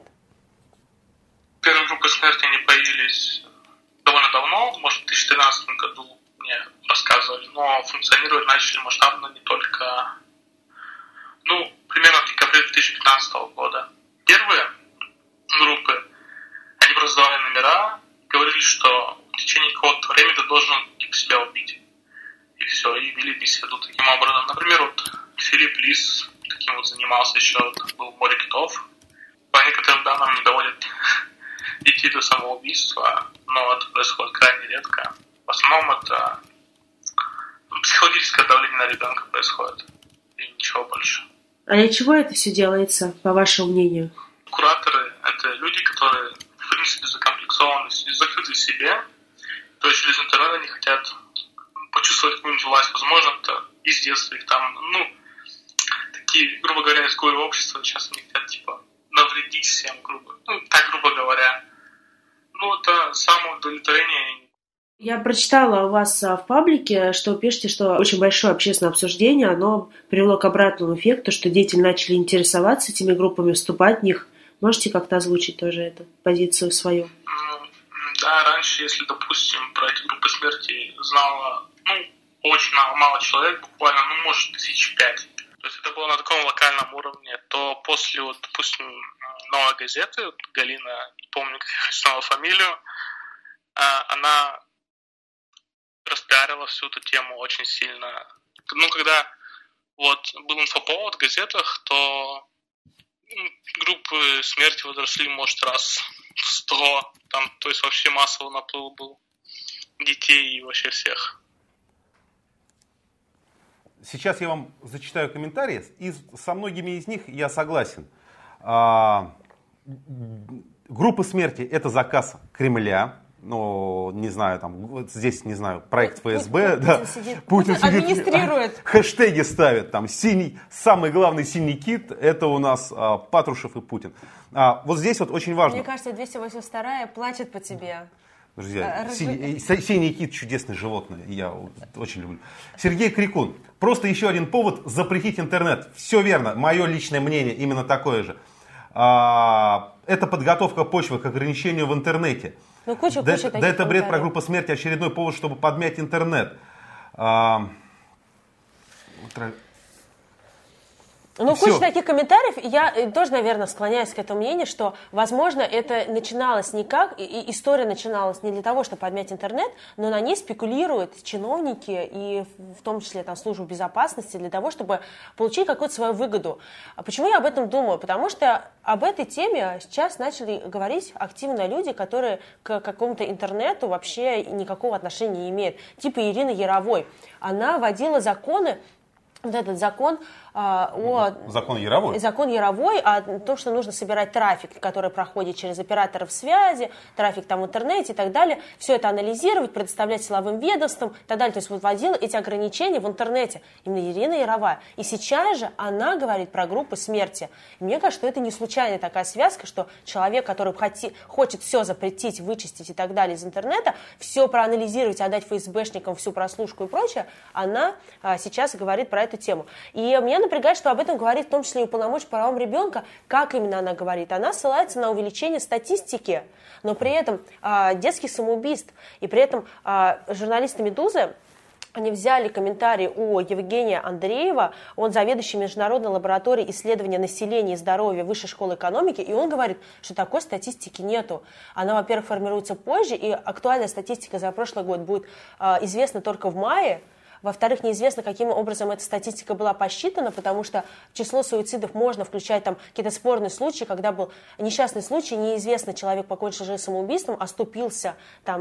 Первые группы смерти они появились довольно давно, может, в 2013 году мне рассказывали, но функционировать начали масштабно не только, примерно в декабре 2015 года. Первые группы, они просто давали номера, говорили, что в течение какого-то времени ты должен себя убить. И все, и вели беседу таким образом. Например, Филипп Лис таким занимался еще, был «Море китов». По некоторым данным не доводят идти до самоубийства, но это происходит крайне редко. В основном это психологическое давление на ребенка происходит, и ничего больше. А для чего это все делается, по вашему мнению? Кураторы – это люди, которые, в принципе, закомплексованы, закрыты в себе, то есть через интернет они хотят почувствовать какую-нибудь власть. Возможно, это из детства их там, такие, грубо говоря, изгои общества, сейчас они хотят, навредить всем, грубо говоря. Это самоудовлетворение. Я прочитала у вас в паблике, что пишете, что очень большое общественное обсуждение, оно привело к обратному эффекту, что дети начали интересоваться этими группами, вступать в них. Можете как-то озвучить тоже эту позицию свою? Да, раньше, если, допустим, про эти группы смерти знало, очень мало человек, буквально, может, 5,000. То есть это было на таком локальном уровне, то после, допустим, «Новой газеты», Галина, не помню, как я снова фамилию, она распиарила всю эту тему очень сильно. Когда был инфоповод в газетах, то группы смерти возросли, может, раз в 100, то есть вообще массовый наплыв был детей и вообще всех. Сейчас я вам зачитаю комментарии, и со многими из них я согласен. Группы смерти – это заказ Кремля. Не знаю, здесь, не знаю, проект ФСБ. Путин сидит, администрирует. Хэштеги ставит, самый главный синий кит, это у нас Патрушев и Путин. Вот здесь очень важно. Мне кажется, 282-я плачет по тебе. Друзья, синий кит – чудесное животное, я очень люблю. Сергей Крикун. Просто еще один повод запретить интернет. Все верно, мое личное мнение именно такое же. Это подготовка почвы к ограничению в интернете. Куча это бред про группу смерти, очередной повод, чтобы подмять интернет. Куча таких комментариев. Я тоже, наверное, склоняюсь к этому мнению, что, возможно, это начиналось никак, и история начиналась не для того, чтобы подмять интернет, но на ней спекулируют чиновники, и в том числе службы безопасности, для того, чтобы получить какую-то свою выгоду. Почему я об этом думаю? Потому что об этой теме сейчас начали говорить активно люди, которые к какому-то интернету вообще никакого отношения не имеют. Типа Ирина Яровой. Она вводила законы, этот закон Закон Яровой. Закон Яровой о том, что нужно собирать трафик, который проходит через операторов связи, трафик в интернете и так далее, все это анализировать, предоставлять силовым ведомствам и так далее. То есть вводила эти ограничения в интернете. Именно Ирина Яровая. И сейчас же она говорит про группы смерти. И мне кажется, что это не случайная такая связка, что человек, который хочет все запретить, вычистить и так далее из интернета, все проанализировать, отдать ФСБшникам всю прослушку и прочее, она сейчас говорит про эту тему. И меня напрягает, что об этом говорит в том числе и уполномоченный по правам ребенка. Как именно она говорит? Она ссылается на увеличение статистики, но при этом детских самоубийств. И при этом журналисты «Медузы», они взяли комментарий у Евгения Андреева, он заведующий международной лабораторией исследования населения и здоровья Высшей школы экономики, и он говорит, что такой статистики нету. Она, во-первых, формируется позже, и актуальная статистика за прошлый год будет известна только в мае. Во-вторых, неизвестно, каким образом эта статистика была посчитана, потому что в число суицидов можно включать какие-то спорные случаи, когда был несчастный случай, неизвестно, человек покончил жизнь самоубийством, оступился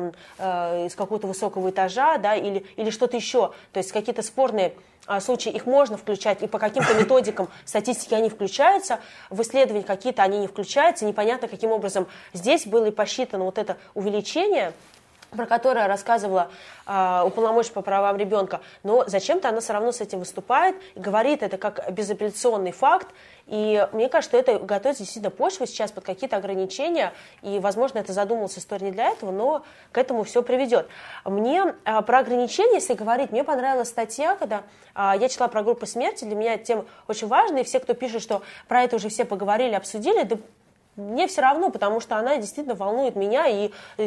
из какого-то высокого этажа, или что-то еще. То есть какие-то спорные случаи, их можно включать, и по каким-то методикам статистики они включаются, в исследования какие-то они не включаются, непонятно, каким образом здесь было и посчитано вот это увеличение, про которое рассказывала уполномоченная по правам ребенка, но зачем-то она все равно с этим выступает и говорит это как безапелляционный факт, и мне кажется, что это готовится действительно почву сейчас под какие-то ограничения, и, возможно, это задумывалась история не для этого, но к этому все приведет. Мне про ограничения, если говорить, мне понравилась статья, когда я читала про группы смерти, для меня эта тема очень важна, и все, кто пишет, что про это уже все поговорили, обсудили, да мне все равно, потому что она действительно волнует меня, и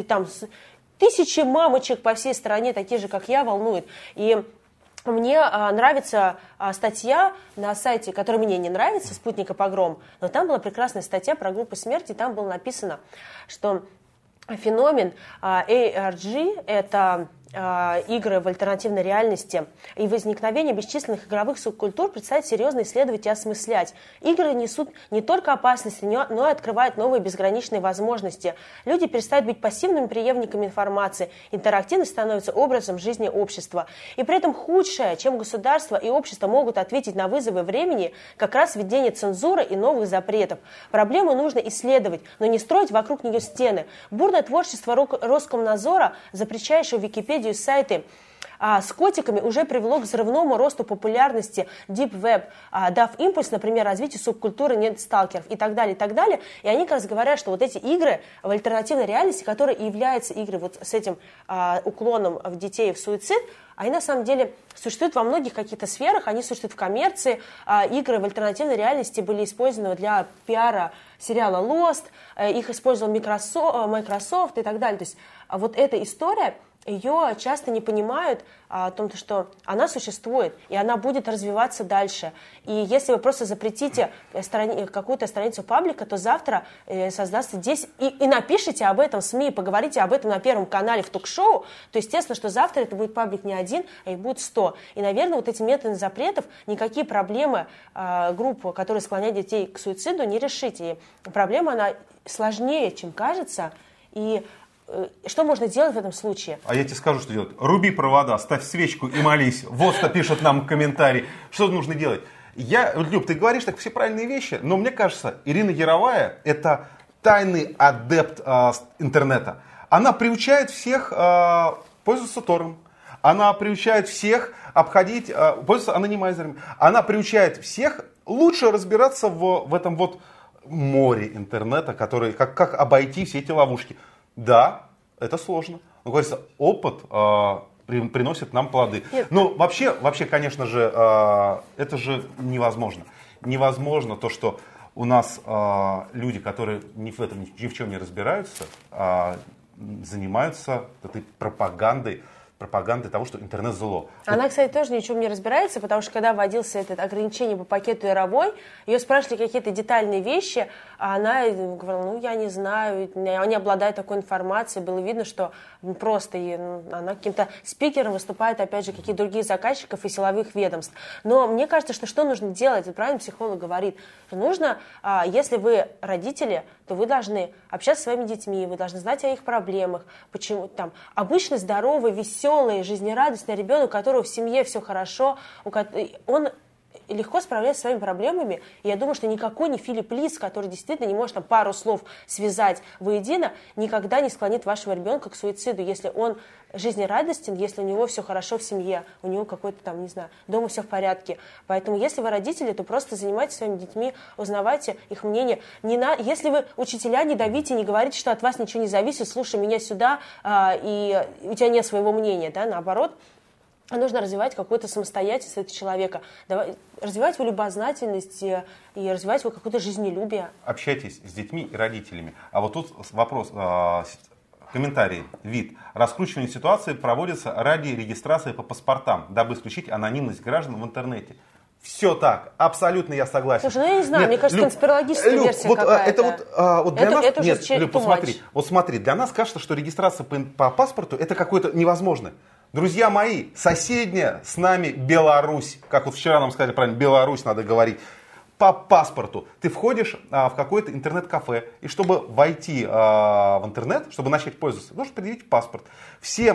тысячи мамочек по всей стране, такие же, как я, волнуют. И мне нравится статья на сайте, которая мне не нравится, «Спутник и погром», но там была прекрасная статья про группы смерти, там было написано, что феномен ARG – это игры в альтернативной реальности и возникновение бесчисленных игровых субкультур предстоит серьезно исследовать и осмыслять. Игры несут не только опасности, но и открывают новые безграничные возможности. Люди перестают быть пассивными преемниками информации. Интерактивность становится образом жизни общества. И при этом худшее, чем государство и общество могут ответить на вызовы времени, как раз введение цензуры и новых запретов. Проблему нужно исследовать, но не строить вокруг нее стены. Бурное творчество Роскомнадзора, запрещающего Википедию, сайты с котиками, уже привело к взрывному росту популярности Deep Web, дав импульс, например, развитию субкультуры нетсталкеров и так далее, и так далее. И они как раз говорят, что вот эти игры в альтернативной реальности, которые и являются игры вот с этим уклоном в детей в суицид, они на самом деле существуют во многих каких-то сферах, они существуют в коммерции. Игры в альтернативной реальности были использованы для пиара сериала Lost, их использовал Microsoft и так далее. То есть вот эта история, ее часто не понимают о том, что она существует, и она будет развиваться дальше. И если вы просто запретите какую-то страницу паблика, то завтра создастся 10... И напишите об этом в СМИ, поговорите об этом на Первом канале в ток-шоу, то естественно, что завтра это будет паблик не один, а их будет 100. И, наверное, вот эти методы запретов никакие проблемы группы, которые склоняют детей к суициду, не решите. И проблема, она сложнее, чем кажется, и что можно делать в этом случае? А я тебе скажу, что делать. Руби провода, ставь свечку и молись. Вот что пишет нам комментарий. Что нужно делать? Люб, ты говоришь так все правильные вещи, но мне кажется, Ирина Яровая — это тайный адепт интернета. Она приучает всех пользоваться Тором. Она приучает всех обходить, пользоваться анонимайзерами. Она приучает всех лучше разбираться в этом вот море интернета, который, как обойти все эти ловушки. Да, это сложно. Но, говорится, опыт приносит нам плоды. Нет. Ну, вообще, конечно же, это же невозможно. Невозможно то, что у нас люди, которые ни в чем не разбираются, занимаются этой пропагандой того, что интернет зло. Она, кстати, тоже ни в чем не разбирается, потому что когда вводился это ограничение по пакету Яровой, ее спрашивали какие-то детальные вещи, а она говорила, я не знаю, я не обладаю такой информацией. Было видно, что просто она каким-то спикером выступает, опять же, какие-то другие заказчиков и силовых ведомств. Но мне кажется, что нужно делать, правильно психолог говорит, что нужно, если вы родители, то вы должны общаться со своими детьми, вы должны знать о их проблемах, почему там обычно здоровый, веселый, жизнерадостный ребенок, у которого в семье все хорошо, он легко справляется со своими проблемами. И я думаю, что никакой не Филипп Лис, который действительно не может там пару слов связать воедино, никогда не склонит вашего ребенка к суициду, если он жизнерадостен, если у него все хорошо в семье, у него какой-то там, не знаю, дома все в порядке. Поэтому, если вы родители, то просто занимайтесь своими детьми, узнавайте их мнение. Если вы учителя, не давите, не говорите, что от вас ничего не зависит, слушай меня сюда, и у тебя нет своего мнения, да, наоборот. Нужно развивать какую-то самостоятельность этого человека, развивать его любознательность и развивать его какое-то жизнелюбие. Общайтесь с детьми и родителями. А вот тут вопрос, комментарий, вид. Раскручивание ситуации проводится ради регистрации по паспортам, дабы исключить анонимность граждан в интернете. Все так, абсолютно я согласен. Слушай, я не знаю, мне кажется, конспирологическая версия вот, какая-то. Вот для нас, это нет, уже Люб, посмотри, для нас кажется, что регистрация по паспорту это какое-то невозможно. Друзья мои, соседняя с нами Беларусь, как вот вчера нам сказали правильно, Беларусь надо говорить, по паспорту. Ты входишь в какое-то интернет-кафе, и чтобы войти в интернет, чтобы начать пользоваться, нужно предъявить паспорт. Все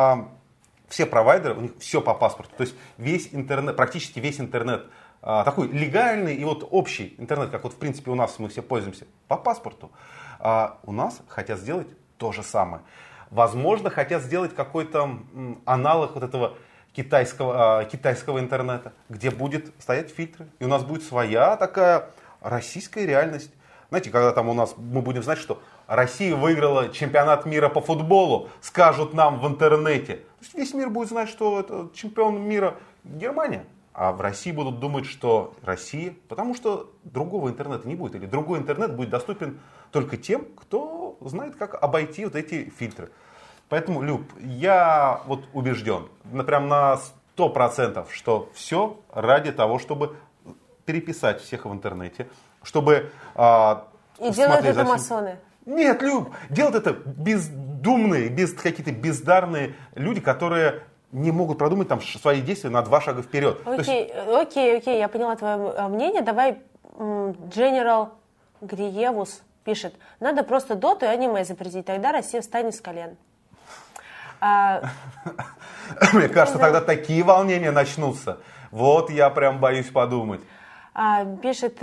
провайдеры, у них все по паспорту. То есть весь интернет, практически весь интернет, такой легальный и вот общий интернет, как вот в принципе у нас мы все пользуемся, по паспорту. У нас хотят сделать то же самое. Возможно, хотят сделать какой-то аналог вот этого китайского интернета, где будет стоять фильтры. И у нас будет своя такая российская реальность. Знаете, когда там у нас мы будем знать, что Россия выиграла чемпионат мира по футболу, скажут нам в интернете. То есть весь мир будет знать, что это чемпион мира Германия. А в России будут думать, что Россия, потому что другого интернета не будет. Или другой интернет будет доступен только тем, кто знает, как обойти вот эти фильтры. Поэтому, Люб, я вот убежден, прям на 100%, что все ради того, чтобы переписать всех в интернете, чтобы... И делают это масоны. Нет, Люб, делают это бездумные, какие-то бездарные люди, которые не могут продумать там свои действия на 2 шага вперед. Окей, я поняла твое мнение. Давай General Гриевус пишет: надо просто доту и аниме запретить, тогда Россия встанет с колен. Мне кажется, тогда такие волнения начнутся. Вот я прям боюсь подумать. Пишет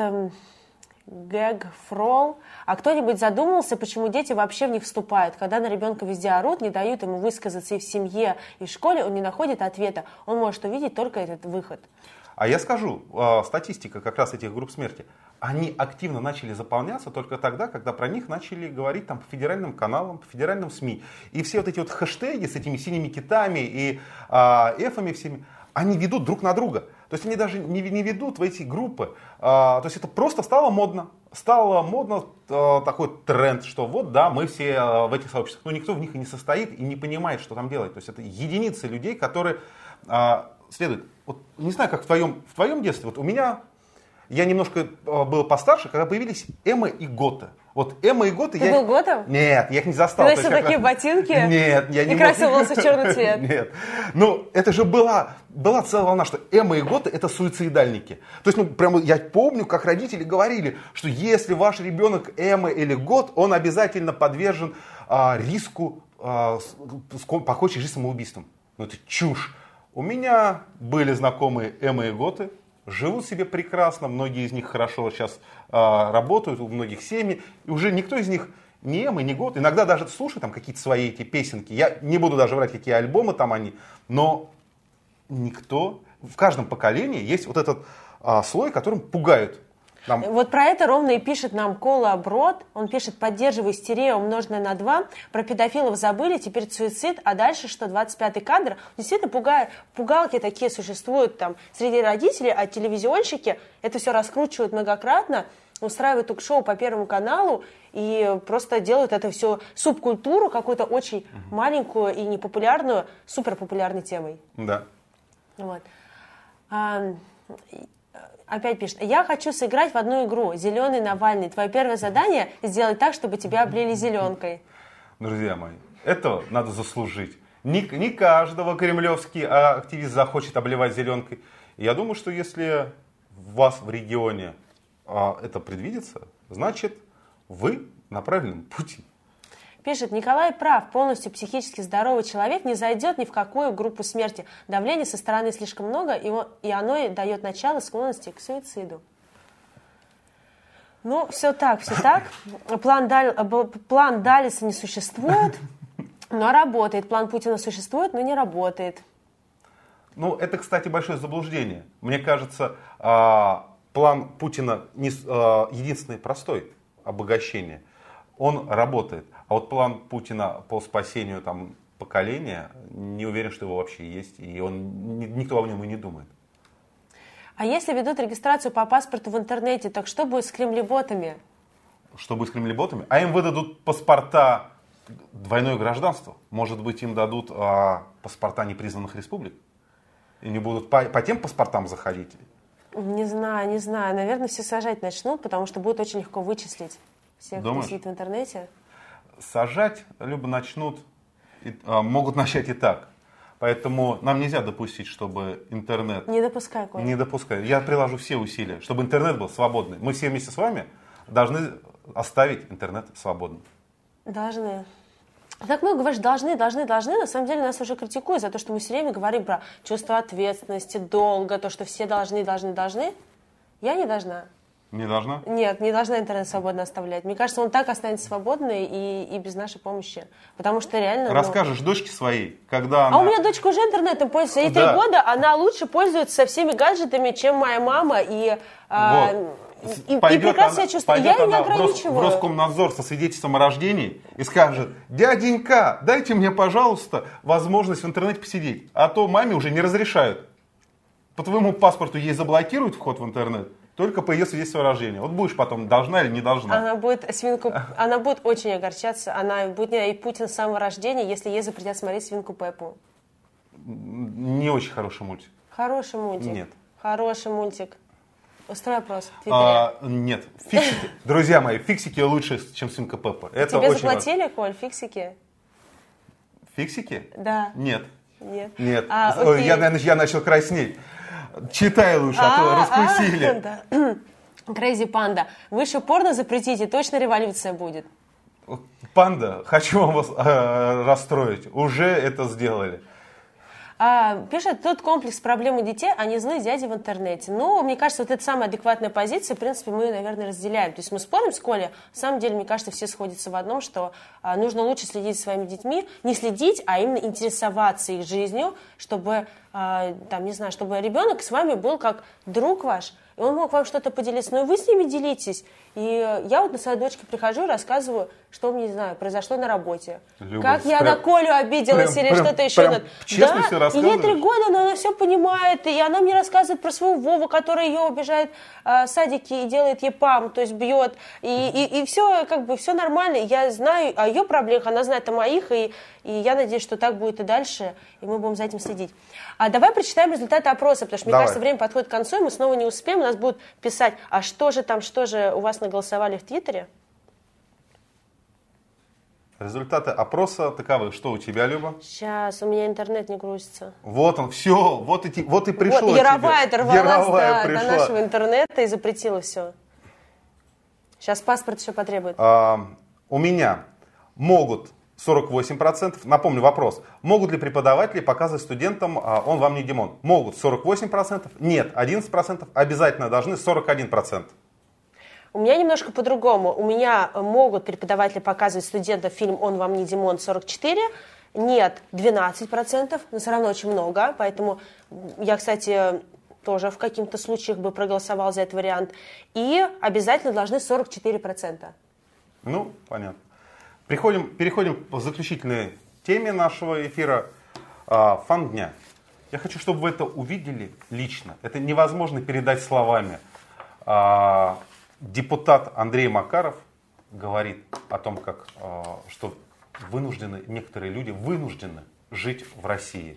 Гэг Фрол: а кто-нибудь задумался, почему дети вообще в них вступают? Когда на ребенка везде орут, не дают ему высказаться и в семье, и в школе, он не находит ответа. Он может увидеть только этот выход. А я скажу, статистика как раз этих групп смерти, они активно начали заполняться только тогда, когда про них начали говорить там по федеральным каналам, по федеральным СМИ. И все вот эти вот хэштеги с этими синими китами и эфами всеми, они ведут друг на друга. То есть они даже не ведут в эти группы. То есть это просто стало модно. Стало модно такой тренд, что вот да, мы все в этих сообществах. Но никто в них и не состоит и не понимает, что там делать. То есть это единицы людей, которые следуют. Вот, не знаю, как в твоем детстве. Вот у меня, я немножко был постарше, когда появились Эммы и Готы. Вот Эмма и Готы... Ты был готом? Нет, я их не застал. Ты носил такие ботинки? Нет, я не и красил волосы в черный цвет? Нет. Ну, это же была целая волна, что Эмма и Готы — это суицидальники. То есть, прямо я помню, как родители говорили, что если ваш ребенок Эмма или Гот, он обязательно подвержен риску покончить жизнь самоубийством. Ну, это чушь. У меня были знакомые Эмма и Готы. Живут себе прекрасно, многие из них хорошо сейчас работают, у многих семьи, и уже никто из них не Эмма, не Гот. Иногда даже слушаю там какие-то свои эти песенки, я не буду даже врать, какие альбомы там они, но никто, в каждом поколении есть вот этот слой, которым пугают. Там... Вот про это ровно и пишет нам Кола Брод. Он пишет: поддерживаю истерия, умноженное на 2. Про педофилов забыли, теперь суицид. А дальше что? 25-й кадр. Действительно, пугалки такие существуют там среди родителей, а телевизионщики это все раскручивают многократно, устраивают ток-шоу по Первому каналу и просто делают это все субкультуру какую-то очень маленькую и непопулярную, суперпопулярной темой. Да. Вот. Опять пишет: я хочу сыграть в одну игру «Зеленый Навальный». Твое первое задание – сделать так, чтобы тебя облили зеленкой. Друзья мои, это надо заслужить. Не каждого кремлевский активист захочет обливать зеленкой. Я думаю, что если у вас в регионе это предвидится, значит вы на правильном пути. Пишет: Николай прав, полностью психически здоровый человек не зайдет ни в какую группу смерти. Давления со стороны слишком много, и оно дает начало склонности к суициду. Ну, все так. План Даллеса не существует, но работает. План Путина существует, но не работает. Ну, это, кстати, большое заблуждение. Мне кажется, план Путина единственный простой – обогащение. Он работает. А вот план Путина по спасению там поколения, не уверен, что его вообще есть. И никто о нем и не думает. А если ведут регистрацию по паспорту в интернете, так что будет с кремлеботами? Что будет с кремлеботами? А им выдадут паспорта двойное гражданство. Может быть, им дадут паспорта непризнанных республик? И не будут по тем паспортам заходить? Не знаю. Наверное, все сажать начнут, потому что будет очень легко вычислить всех, кто сидит в интернете. Сажать либо начнут, могут начать и так. Поэтому нам нельзя допустить, чтобы интернет... Не допускай, Коля. Не допускай. Я приложу все усилия, чтобы интернет был свободный. Мы все вместе с вами должны оставить интернет свободным. Должны. Так много говоришь, должны. На самом деле нас уже критикуют за то, что мы все время говорим про чувство ответственности, долга, то, что все должны. Я не должна. Не должна? Нет, не должна интернет свободно оставлять. Мне кажется, он так останется свободный и без нашей помощи. Потому что реально... Расскажешь дочке своей, когда она... А у меня дочка уже интернетом пользуется. Ей 3 года, она лучше пользуется всеми гаджетами, чем моя мама. И прекрасно себя чувствует. Я ее не ограничиваю. В Роскомнадзор со свидетельством о рождении и скажет: дяденька, дайте мне, пожалуйста, возможность в интернете посидеть. А то маме уже не разрешают. По твоему паспорту ей заблокируют вход в интернет. Только по ее свидетельству о рождении. Вот будешь потом, должна или не должна. Она будет очень огорчаться. Она будет ненавидеть Путина с самого рождения, если ей запретят смотреть «Свинку Пеппу». Не очень хороший мультик. Хороший мультик. Нет. Хороший мультик. Устрой опрос в Твиттере. Нет. Фиксики. Друзья мои, фиксики лучше, чем «Свинка Пеппа». Это Тебе очень заплатили, важно. Коль, фиксики? Фиксики? Да. Нет. Нет. Нет. Окей. Я начал краснеть. Читай лучше, а то раскусили. Да. Crazy Panda. Выше порно запретите, точно революция будет. Панда, хочу вас расстроить. Уже это сделали. Пишет, тут комплекс проблем у детей, они злые дяди в интернете. Ну, мне кажется, вот это самая адекватная позиция, в принципе, мы, наверное, разделяем. То есть мы спорим с Колей, на самом деле, мне кажется, все сходятся в одном, что нужно лучше следить за своими детьми, не следить, а именно интересоваться их жизнью, чтобы, там, не знаю, чтобы ребенок с вами был как друг ваш, и он мог вам что-то поделиться, но и вы с ними делитесь. И я вот на своей дочке прихожу и рассказываю, что мне, не знаю, произошло на работе. Люба, как я на Колю обиделась или что-то еще. Честно все рассказываешь? Ей 3 года, но она все понимает, и она мне рассказывает про своего Вову, который ее обижает в садике и делает ей пам, то есть бьет. И все, как бы, все нормально. Я знаю о ее проблемах, она знает о моих, и я надеюсь, что так будет и дальше, и мы будем за этим следить. Давай прочитаем результаты опроса, потому что, мне кажется, время подходит к концу, и мы снова не успеем, у нас будут писать, что же у вас наголосовали в Твиттере? Результаты опроса таковы. Что у тебя, Люба? Сейчас, у меня интернет не грузится. Вот он, все, вот и пришло. Вот, Яровая оторвалась до пришла. нашего интернета и запретила все. Сейчас паспорт еще потребует. У меня могут 48%. Напомню вопрос. Могут ли преподаватели показывать студентам «Он вам не Димон»? Могут 48%, нет 11%, обязательно должны 41%. У меня немножко по-другому. У меня могут преподаватели показывать студентам фильм «Он вам не Димон» 44%, нет 12%, но все равно очень много. Поэтому я, кстати, тоже в каких-то случаях бы проголосовал за этот вариант. И обязательно должны 44%. Ну, понятно. Переходим к заключительной теме нашего эфира. Фан дня. Я хочу, чтобы вы это увидели лично. Это невозможно передать словами. Депутат Андрей Макаров говорит о том, что некоторые люди вынуждены жить в России.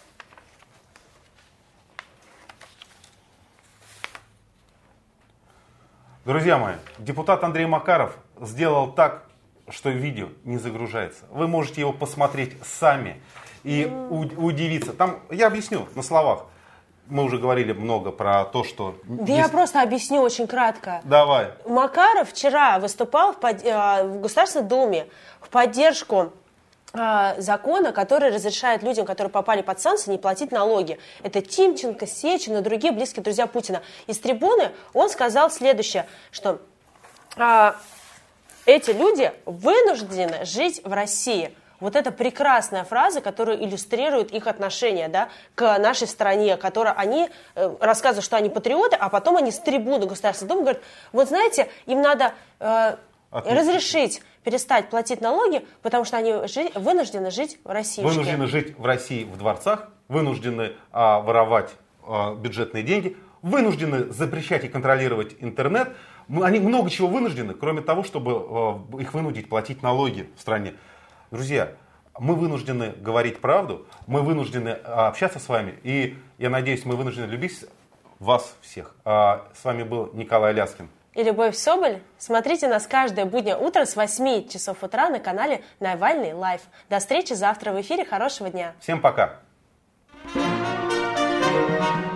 Друзья мои, депутат Андрей Макаров сделал так, что видео не загружается. Вы можете его посмотреть сами и удивиться. Там, я объясню на словах. Мы уже говорили много про то, что... Да я просто объясню очень кратко. Давай. Макаров вчера выступал в Государственной Думе в поддержку закона, который разрешает людям, которые попали под санкции, не платить налоги. Это Тимченко, Сечин и другие близкие друзья Путина. Из трибуны он сказал следующее, что эти люди вынуждены жить в России. Вот это прекрасная фраза, которая иллюстрирует их отношение, да, к нашей стране, которая они рассказывают, что они патриоты, а потом они с трибуны Государственного Думы говорят, вот знаете, им надо разрешить перестать платить налоги, потому что они вынуждены жить в России. Вынуждены жить в России в дворцах, вынуждены воровать бюджетные деньги, вынуждены запрещать и контролировать интернет. Они много чего вынуждены, кроме того, чтобы их вынудить платить налоги в стране. Друзья, мы вынуждены говорить правду, мы вынуждены общаться с вами, и я надеюсь, мы вынуждены любить вас всех. С вами был Николай Ляскин и Любовь Соболь. Смотрите нас каждое буднее утро с 8 часов утра на канале Навальный Лайв. До встречи завтра в эфире. Хорошего дня. Всем пока.